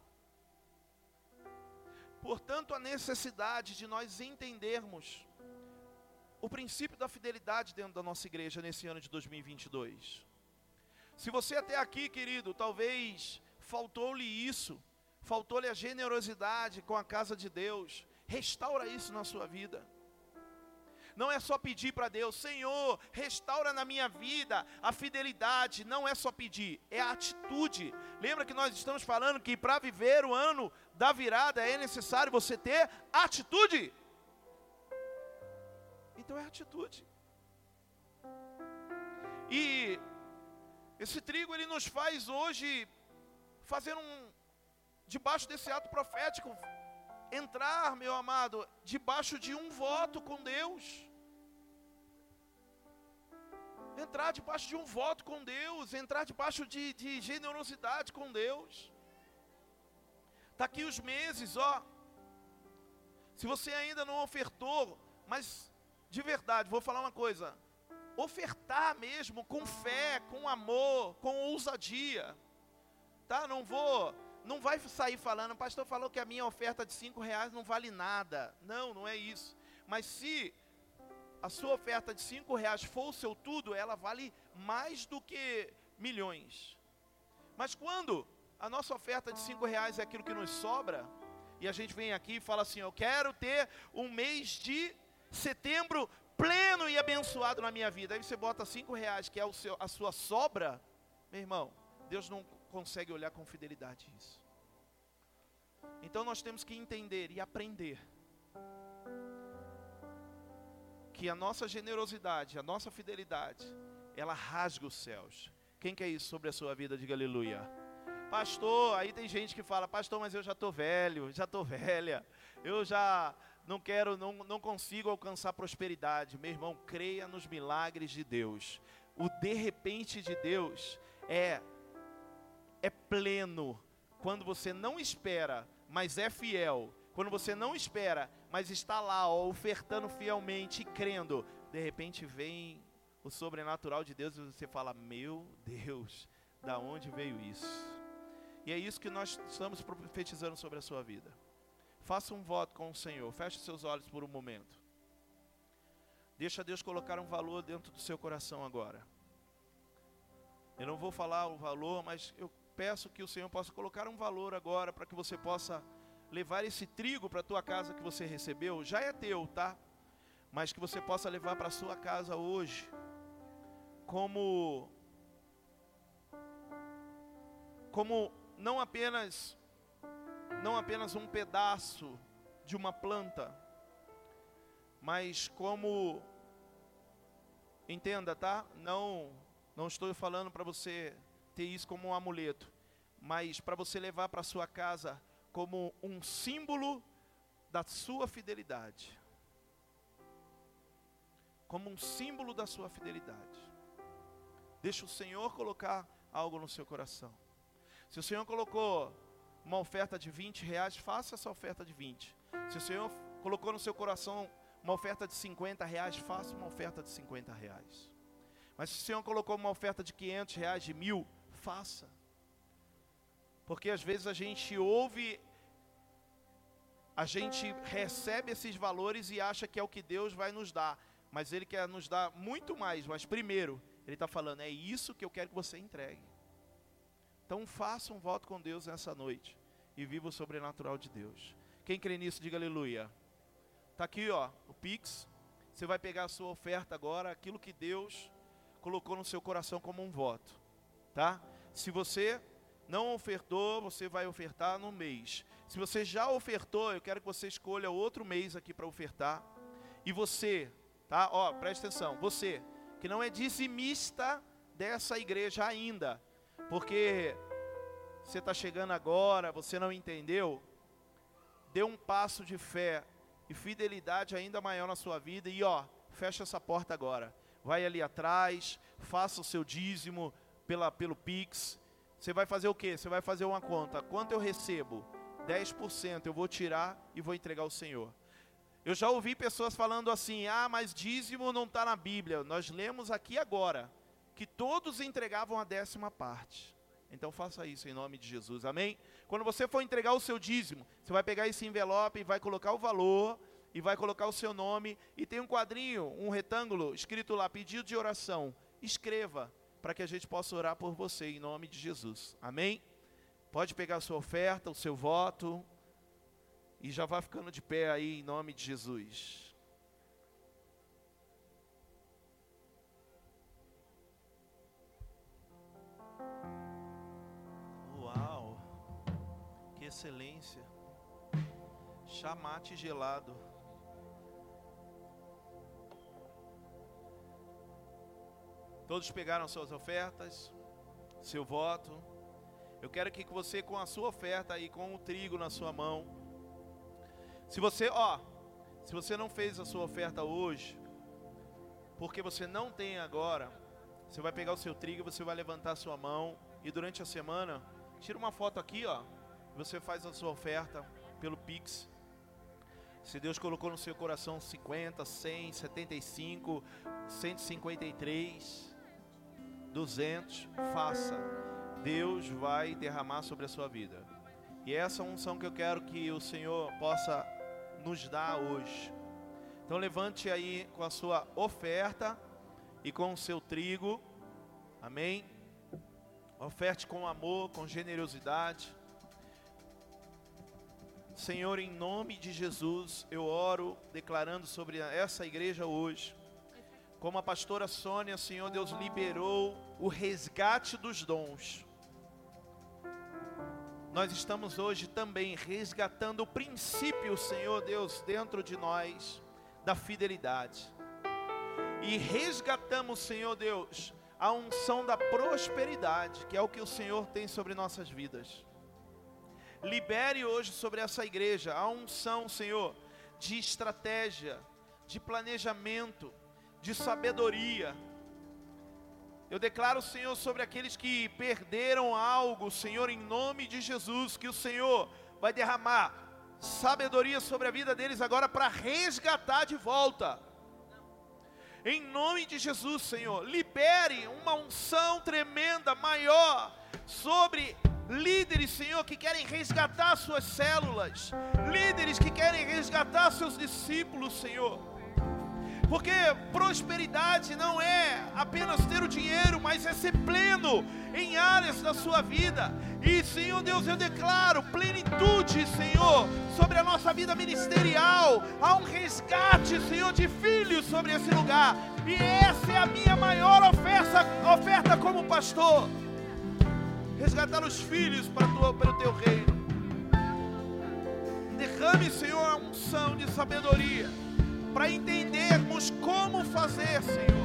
Portanto, a necessidade de nós entendermos o princípio da fidelidade dentro da nossa igreja nesse ano de dois mil e vinte e dois. Se você até aqui, querido, talvez faltou-lhe isso, faltou-lhe a generosidade com a casa de Deus, restaura isso na sua vida. Não é só pedir para Deus, Senhor, restaura na minha vida a fidelidade. Não é só pedir, é a atitude. Lembra que nós estamos falando que para viver o ano da virada é necessário você ter atitude? Então é atitude. E esse trigo ele nos faz hoje fazer um, debaixo desse ato profético, entrar, meu amado, debaixo de um voto com Deus. Entrar debaixo de um voto com Deus, entrar debaixo de, de generosidade com Deus. Está aqui os meses, ó. Se você ainda não ofertou, mas de verdade, vou falar uma coisa. Ofertar mesmo, com fé, com amor, com ousadia. Tá? Não vou... Não vai sair falando, o pastor falou que a minha oferta de cinco reais não vale nada. Não, não é isso. Mas se a sua oferta de cinco reais for o seu tudo, ela vale mais do que milhões. Mas quando a nossa oferta de cinco reais é aquilo que nos sobra, e a gente vem aqui e fala assim, eu quero ter um mês de setembro pleno e abençoado na minha vida. Aí você bota cinco reais, que é o seu, a sua sobra, meu irmão, Deus não consegue olhar com fidelidade isso. Então nós temos que entender e aprender que a nossa generosidade, a nossa fidelidade, ela rasga os céus. Quem quer isso sobre a sua vida? Diga aleluia. Pastor, aí tem gente que fala, pastor, mas eu já estou velho, já estou velha, eu já não quero, não, não consigo alcançar prosperidade. Meu irmão, creia nos milagres de Deus. O de repente de Deus é É pleno, quando você não espera, mas é fiel. Quando você não espera, mas está lá, ó, ofertando fielmente e crendo. De repente vem o sobrenatural de Deus e você fala, meu Deus, da onde veio isso? E é isso que nós estamos profetizando sobre a sua vida. faça um voto com o Senhor. Feche seus olhos por um momento. Deixa Deus colocar um valor dentro do seu coração agora. Eu não vou falar o valor, mas eu peço que o Senhor possa colocar um valor agora, para que você possa levar esse trigo para a tua casa que você recebeu. Já é teu, tá? Mas que você possa levar para a sua casa hoje, como, como não apenas, não apenas um pedaço de uma planta, mas como, entenda, tá? Não, não estou falando para você ter isso como um amuleto, mas para você levar para a sua casa como um símbolo da sua fidelidade. Como um símbolo da sua fidelidade. Deixa o Senhor colocar algo no seu coração. Se o Senhor colocou uma oferta de vinte reais, faça essa oferta de vinte. Se o Senhor colocou no seu coração uma oferta de cinquenta reais, faça uma oferta de cinquenta reais. Mas se o Senhor colocou uma oferta de quinhentos reais, de mil, faça. Porque às vezes a gente ouve, a gente recebe esses valores e acha que é o que Deus vai nos dar. Mas Ele quer nos dar muito mais. Mas primeiro, Ele está falando, é isso que eu quero que você entregue. Então faça um voto com Deus nessa noite e viva o sobrenatural de Deus. Quem crê nisso, diga aleluia. Está aqui, ó, o Pix. Você vai pegar a sua oferta agora, aquilo que Deus colocou no seu coração como um voto, tá? Se você não ofertou, você vai ofertar no mês. Se você já ofertou, eu quero que você escolha outro mês aqui para ofertar. E você, tá? Ó, presta atenção, você que não é dizimista dessa igreja ainda, porque você está chegando agora, você não entendeu, dê um passo de fé e fidelidade ainda maior na sua vida e ó, fecha essa porta agora. Vai ali atrás, faça o seu dízimo pela, pelo Pix. Você vai fazer o quê? Você vai fazer uma conta. Quanto eu recebo? dez por cento eu vou tirar e vou entregar ao Senhor. Eu já ouvi pessoas falando assim, ah, mas dízimo não está na Bíblia. Nós lemos aqui agora, que todos entregavam a décima parte. Então faça isso em nome de Jesus, amém? Quando você for entregar o seu dízimo, você vai pegar esse envelope e vai colocar o valor, e vai colocar o seu nome, e tem um quadrinho, um retângulo, escrito lá, pedido de oração. Escreva, para que a gente possa orar por você, em nome de Jesus, amém? Pode pegar a sua oferta, o seu voto, e já vai ficando de pé aí, em nome de Jesus. Uau, que excelência, chamate gelado. Todos pegaram suas ofertas, seu voto. Eu quero que você, com a sua oferta aí, com o trigo na sua mão, se você, ó, se você não fez a sua oferta hoje, porque você não tem agora, você vai pegar o seu trigo e você vai levantar a sua mão, e durante a semana, tira uma foto aqui, ó, você faz a sua oferta pelo Pix. Se Deus colocou no seu coração cinquenta, cem, setenta e cinco, cento e cinquenta e três, duzentos, faça. Deus vai derramar sobre a sua vida. E essa é a unção que eu quero que o Senhor possa nos dar hoje. Então levante aí com a sua oferta e com o seu trigo. Amém? Oferte com amor, com generosidade. Senhor, em nome de Jesus, eu oro declarando sobre essa igreja hoje. Como a pastora Sônia, Senhor Deus, liberou o resgate dos dons. Nós estamos hoje também resgatando o princípio, Senhor Deus, dentro de nós, da fidelidade. E resgatamos, Senhor Deus, a unção da prosperidade, que é o que o Senhor tem sobre nossas vidas. Libere hoje sobre essa igreja a unção, Senhor, de estratégia, de planejamento, de sabedoria. Eu declaro, Senhor, sobre aqueles que perderam algo, Senhor, em nome de Jesus, que o Senhor vai derramar sabedoria sobre a vida deles agora para resgatar de volta. Em nome de Jesus, Senhor, libere uma unção tremenda, maior, sobre líderes, Senhor, que querem resgatar suas células, líderes que querem resgatar seus discípulos, Senhor. Porque prosperidade não é apenas ter o dinheiro, mas é ser pleno em áreas da sua vida. E, Senhor Deus, eu declaro plenitude, Senhor, sobre a nossa vida ministerial. Há um resgate, Senhor, de filhos sobre esse lugar. E essa é a minha maior oferta, oferta como pastor. Resgatar os filhos para, tua, para o teu reino. Derrame, Senhor, a unção de sabedoria, para entendermos como fazer, Senhor.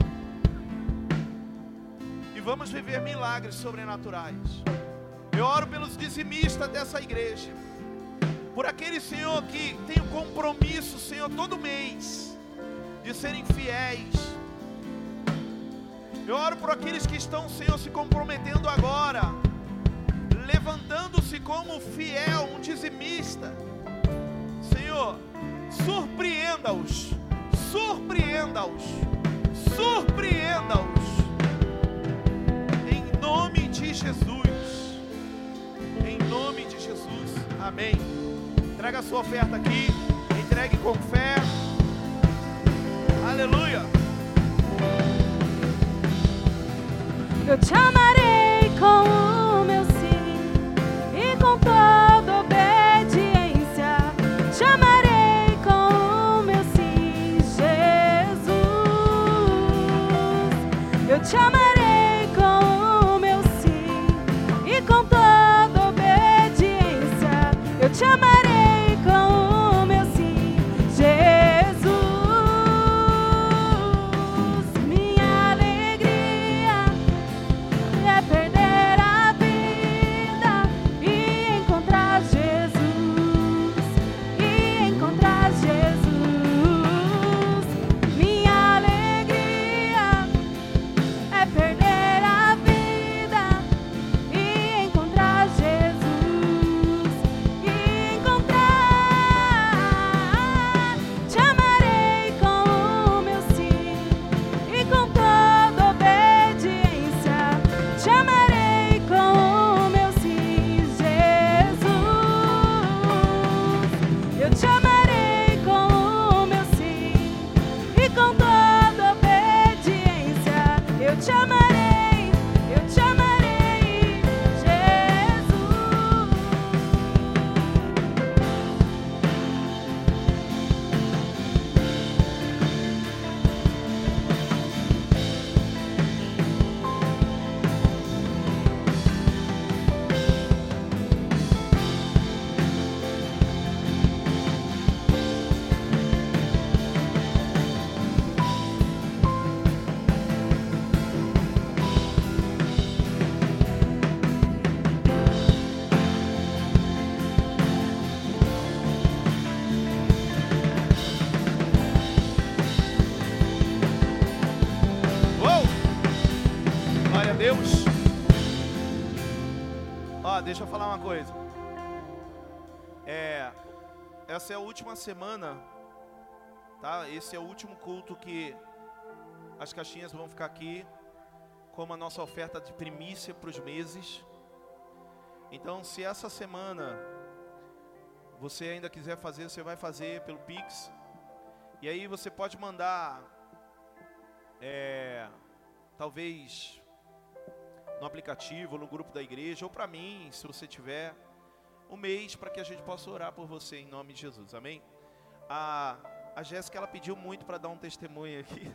E vamos viver milagres sobrenaturais. Eu oro pelos dizimistas dessa igreja, por aqueles, Senhor, que têm um compromisso, Senhor, todo mês, de serem fiéis. Eu oro por aqueles que estão, Senhor, se comprometendo agora, levantando-se como fiel, um dizimista. Senhor, surpreenda-os, surpreenda-os, surpreenda-os, em nome de Jesus, em nome de Jesus, amém. Entrega a sua oferta aqui, entregue com fé, aleluia. Eu te amarei com o meu sim e com toda obediência. Te amarei com o meu sim, Jesus. Eu te amarei com o meu sim e com toda obediência. Eu te amarei com o meu sim, Jesus. Minha alegria é perder a vida e encontrar Jesus, e encontrar Jesus. Minha alegria é perder a vida e encontrar Jesus, e encontrar. Te amarei com o meu sim e com toda obediência. Te amarei com o meu sim, Jesus. Eu te amarei com o meu sim e com toda obediência. Eu te amarei, eu te amarei, Jesus. Uou! Glória a Deus. Ó, deixa eu falar uma coisa. É, essa é a última semana, tá? Esse é o último culto que as caixinhas vão ficar aqui como a nossa oferta de primícia para os meses. Então, se essa semana você ainda quiser fazer, você vai fazer pelo Pix. E aí você pode mandar, é, talvez no aplicativo, no grupo da igreja, ou para mim, se você tiver, um mês para que a gente possa orar por você em nome de Jesus, amém? A, a Jéssica, ela pediu muito para dar um testemunho aqui.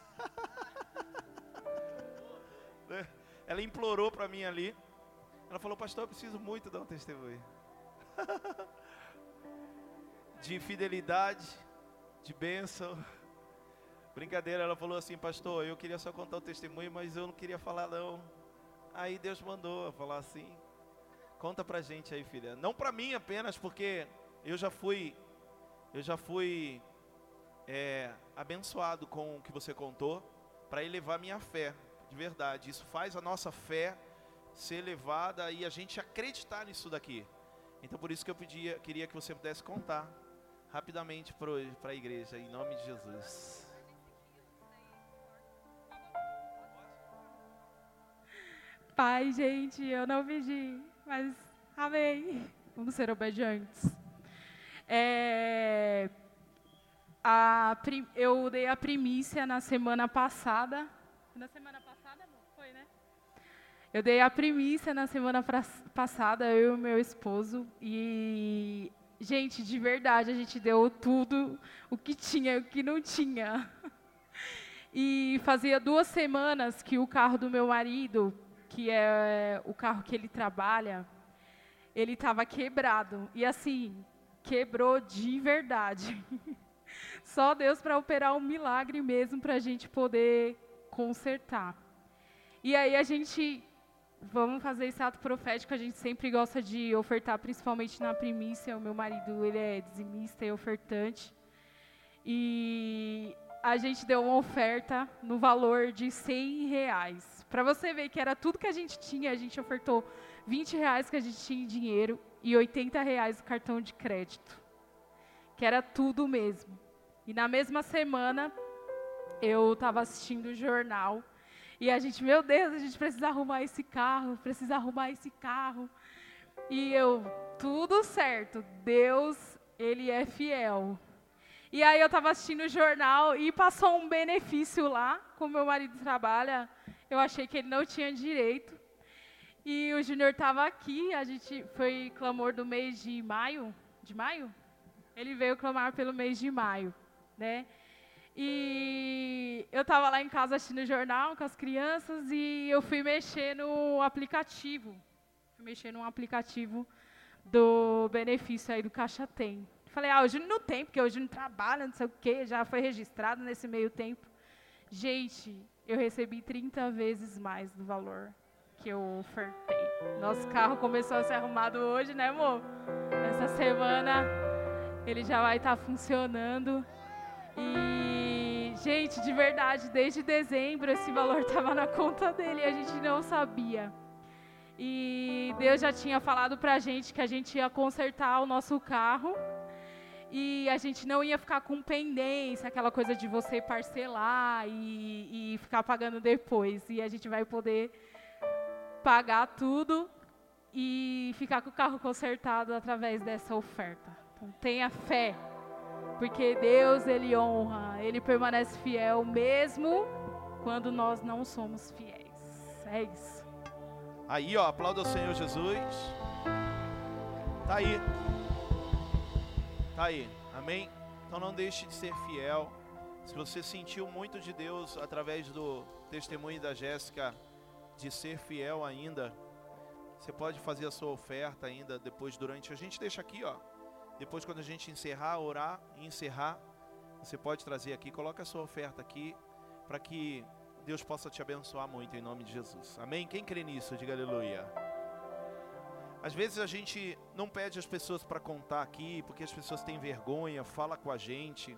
Ela implorou para mim ali. Ela falou, pastor, eu preciso muito dar um testemunho. De fidelidade, de bênção. Brincadeira, ela falou assim, pastor, eu queria só contar o testemunho, mas eu não queria falar não. Aí Deus mandou eu falar assim. Conta pra gente aí, filha. Não pra mim apenas, porque eu já fui, eu já fui é, abençoado com o que você contou, para elevar minha fé, de verdade. Isso faz a nossa fé ser elevada e a gente acreditar nisso daqui. Então por isso que eu pedia, queria que você pudesse contar rapidamente para a igreja, em nome de Jesus. Pai, gente, eu não pedi mas amém. Vamos ser obedientes. É, a, eu dei a primícia na semana passada. Na semana passada, amor? Foi, né? Eu dei a primícia na semana passada, eu e o meu esposo. E, gente, de verdade, a gente deu tudo o que tinha e o que não tinha. E fazia duas semanas que o carro do meu marido, que é o carro que ele trabalha, ele estava quebrado. E assim, quebrou de verdade. Só Deus para operar um milagre mesmo para a gente poder consertar. E aí a gente, vamos fazer esse ato profético, a gente sempre gosta de ofertar, principalmente na primícia. O meu marido, ele é dizimista e ofertante. E a gente deu uma oferta no valor de cem reais. Para você ver que era tudo que a gente tinha, a gente ofertou vinte reais que a gente tinha em dinheiro e oitenta reais no cartão de crédito. Que era tudo mesmo. E na mesma semana, eu estava assistindo o jornal e a gente, meu Deus, a gente precisa arrumar esse carro, precisa arrumar esse carro. E eu, tudo certo, Deus, Ele é fiel. E aí eu estava assistindo o jornal e passou um benefício lá, como meu marido trabalha, eu achei que ele não tinha direito. E o Júnior estava aqui, a gente foi clamor do mês de maio, de maio? Ele veio clamar pelo mês de maio, né? E eu estava lá em casa assistindo o jornal com as crianças e eu fui mexer no aplicativo, fui mexer num aplicativo do benefício aí do Caixa Tem. Falei, ah, o Júnior não tem, porque o Júnior trabalha, não sei o quê, já foi registrado nesse meio tempo. Gente, eu recebi trinta vezes mais do valor que eu ofertei. Nosso carro começou a ser arrumado hoje, né, amor? Essa semana ele já vai estar funcionando. E, gente, de verdade, desde dezembro esse valor estava na conta dele e a gente não sabia. E Deus já tinha falado pra gente que a gente ia consertar o nosso carro. E a gente não ia ficar com pendência, aquela coisa de você parcelar e, e ficar pagando depois. E a gente vai poder pagar tudo e ficar com o carro consertado através dessa oferta. Então tenha fé, porque Deus, Ele honra, Ele permanece fiel mesmo quando nós não somos fiéis. É isso. Aí, ó, aplauda o Senhor Jesus. Tá aí. Tá aí, amém? Então não deixe de ser fiel. Se você sentiu muito de Deus através do testemunho da Jéssica, de ser fiel ainda, você pode fazer a sua oferta ainda depois, durante, a gente deixa aqui, ó. Depois quando a gente encerrar, orar e encerrar, você pode trazer aqui, coloca a sua oferta aqui, para que Deus possa te abençoar muito em nome de Jesus. Amém? Quem crê nisso, diga aleluia. Às vezes a gente não pede as pessoas para contar aqui, porque as pessoas têm vergonha, fala com a gente.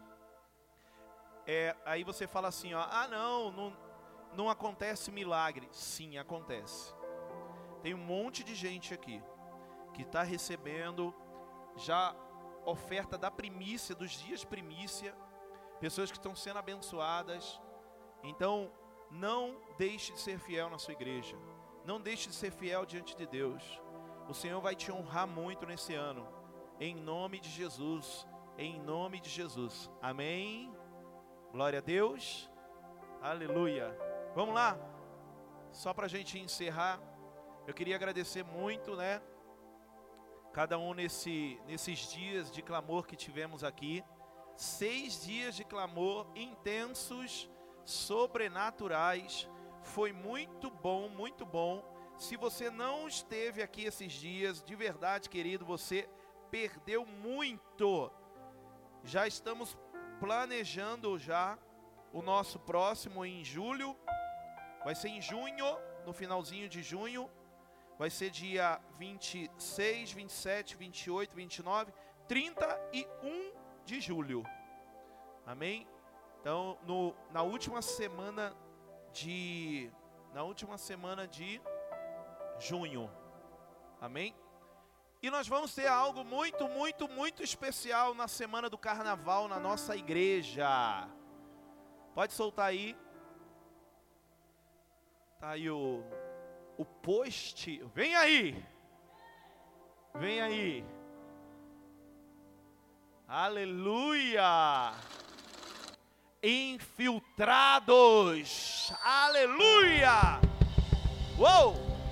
É, aí você fala assim, ó, ah não, não, não acontece milagre. Sim, acontece. Tem um monte de gente aqui que está recebendo já oferta da primícia, dos dias primícia, pessoas que estão sendo abençoadas. Então, não deixe de ser fiel na sua igreja, não deixe de ser fiel diante de Deus. O Senhor vai te honrar muito nesse ano, em nome de Jesus, em nome de Jesus, amém? Glória a Deus, aleluia. Vamos lá, só para a gente encerrar, eu queria agradecer muito, né? Cada um nesse, nesses dias de clamor que tivemos aqui, seis dias de clamor intensos, sobrenaturais, foi muito bom, muito bom. Se você não esteve aqui esses dias, de verdade, querido, você perdeu muito. Já estamos planejando já o nosso próximo em julho. Vai ser em junho, no finalzinho de junho. Vai ser dia vinte e seis, vinte e sete, vinte e oito, vinte e nove, trinta e um de julho. Amém? Então, no, na última semana de... Na última semana de... junho, amém? E nós vamos ter algo muito, muito, muito especial na semana do carnaval na nossa igreja. Pode soltar aí. Tá aí o, o post, vem aí. Vem aí. Aleluia. Infiltrados. Aleluia. Uou.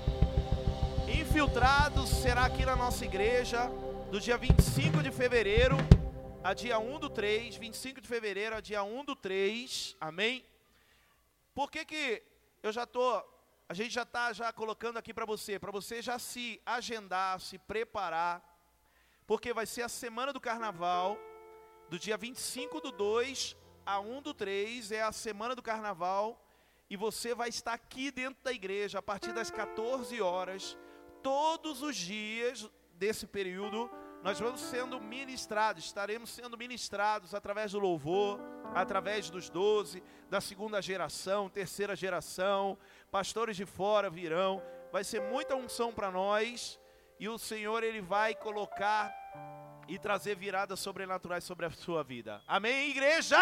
Infiltrados será aqui na nossa igreja do dia vinte e cinco de fevereiro a dia um do três, vinte e cinco de fevereiro a dia um do três, amém? Por que que eu já tô, a gente já está já colocando aqui para você, para você já se agendar, se preparar, porque vai ser a semana do carnaval, do dia vinte e cinco do dois a um do três, é a semana do carnaval, e você vai estar aqui dentro da igreja a partir das quatorze horas, todos os dias desse período. Nós vamos sendo ministrados, estaremos sendo ministrados através do louvor, através dos doze, da segunda geração, terceira geração, pastores de fora virão, vai ser muita unção para nós, e o Senhor Ele vai colocar e trazer viradas sobrenaturais sobre a sua vida. Amém, igreja?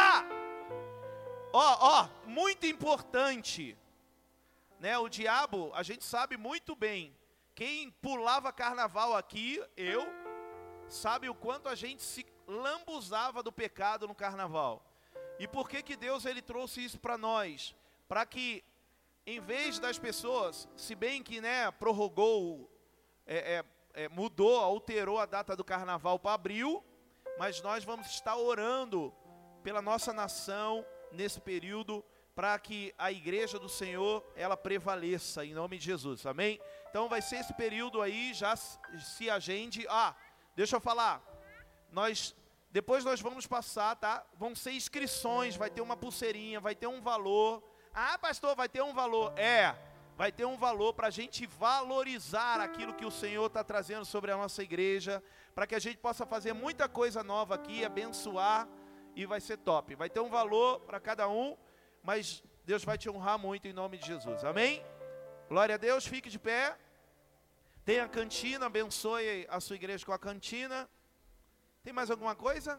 Ó, ó, muito importante, né? O diabo, a gente sabe muito bem, quem pulava carnaval aqui, eu... sabe o quanto a gente se lambuzava do pecado no carnaval. E por que que Deus ele trouxe isso para nós? Para que, em vez das pessoas, se bem que né, prorrogou, é, é, é, mudou, alterou a data do carnaval para abril, mas nós vamos estar orando pela nossa nação nesse período, para que a igreja do Senhor, ela prevaleça, em nome de Jesus, amém? Então vai ser esse período aí, já se agende. Ah, deixa eu falar, nós, depois nós vamos passar, tá? Vão ser inscrições, vai ter uma pulseirinha, vai ter um valor. Ah, pastor, vai ter um valor. É, vai ter um valor para a gente valorizar aquilo que o Senhor está trazendo sobre a nossa igreja, para que a gente possa fazer muita coisa nova aqui, abençoar, e vai ser top. Vai ter um valor para cada um, mas Deus vai te honrar muito em nome de Jesus, amém? Glória a Deus, fique de pé. Tem a cantina, abençoe a sua igreja com a cantina. Tem mais alguma coisa?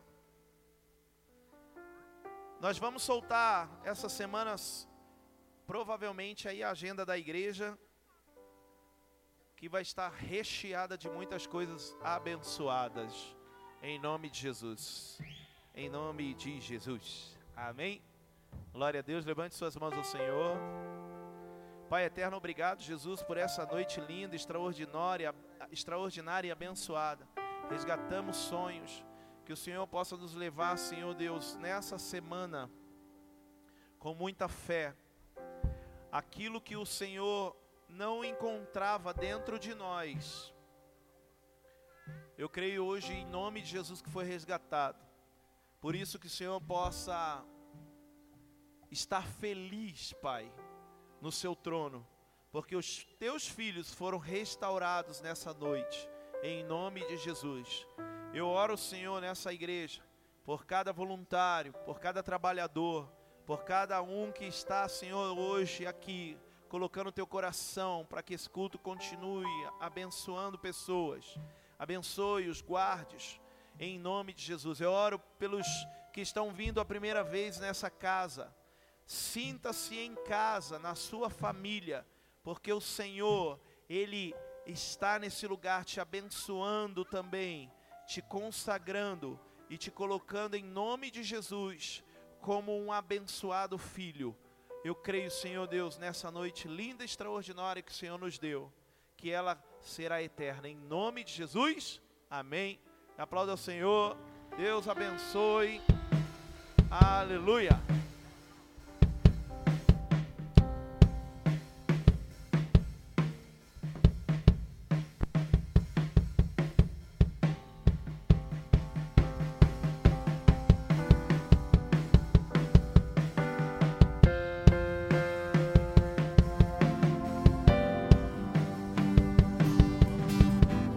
Nós vamos soltar essas semanas, provavelmente aí a agenda da igreja, que vai estar recheada de muitas coisas abençoadas, em nome de Jesus. Em nome de Jesus. Amém? Glória a Deus, levante suas mãos ao Senhor. Pai eterno, obrigado, Jesus, por essa noite linda, extraordinária, extraordinária e abençoada. Resgatamos sonhos, que o Senhor possa nos levar, Senhor Deus, nessa semana, com muita fé, aquilo que o Senhor não encontrava dentro de nós. Eu creio hoje, em nome de Jesus, que foi resgatado. Por isso que o Senhor possa estar feliz, Pai, no seu trono, porque os teus filhos foram restaurados nessa noite, em nome de Jesus. Eu oro, Senhor, nessa igreja, por cada voluntário, por cada trabalhador, por cada um que está, Senhor, hoje aqui, colocando o teu coração, para que esse culto continue abençoando pessoas. Abençoe os guardes, em nome de Jesus. Eu oro pelos que estão vindo a primeira vez nessa casa. Sinta-se em casa, na sua família, porque o Senhor, Ele está nesse lugar te abençoando também, te consagrando e te colocando em nome de Jesus como um abençoado filho. Eu creio, Senhor Deus, nessa noite linda e extraordinária que o Senhor nos deu, que ela será eterna, em nome de Jesus, amém. Aplauda ao Senhor, Deus abençoe, aleluia.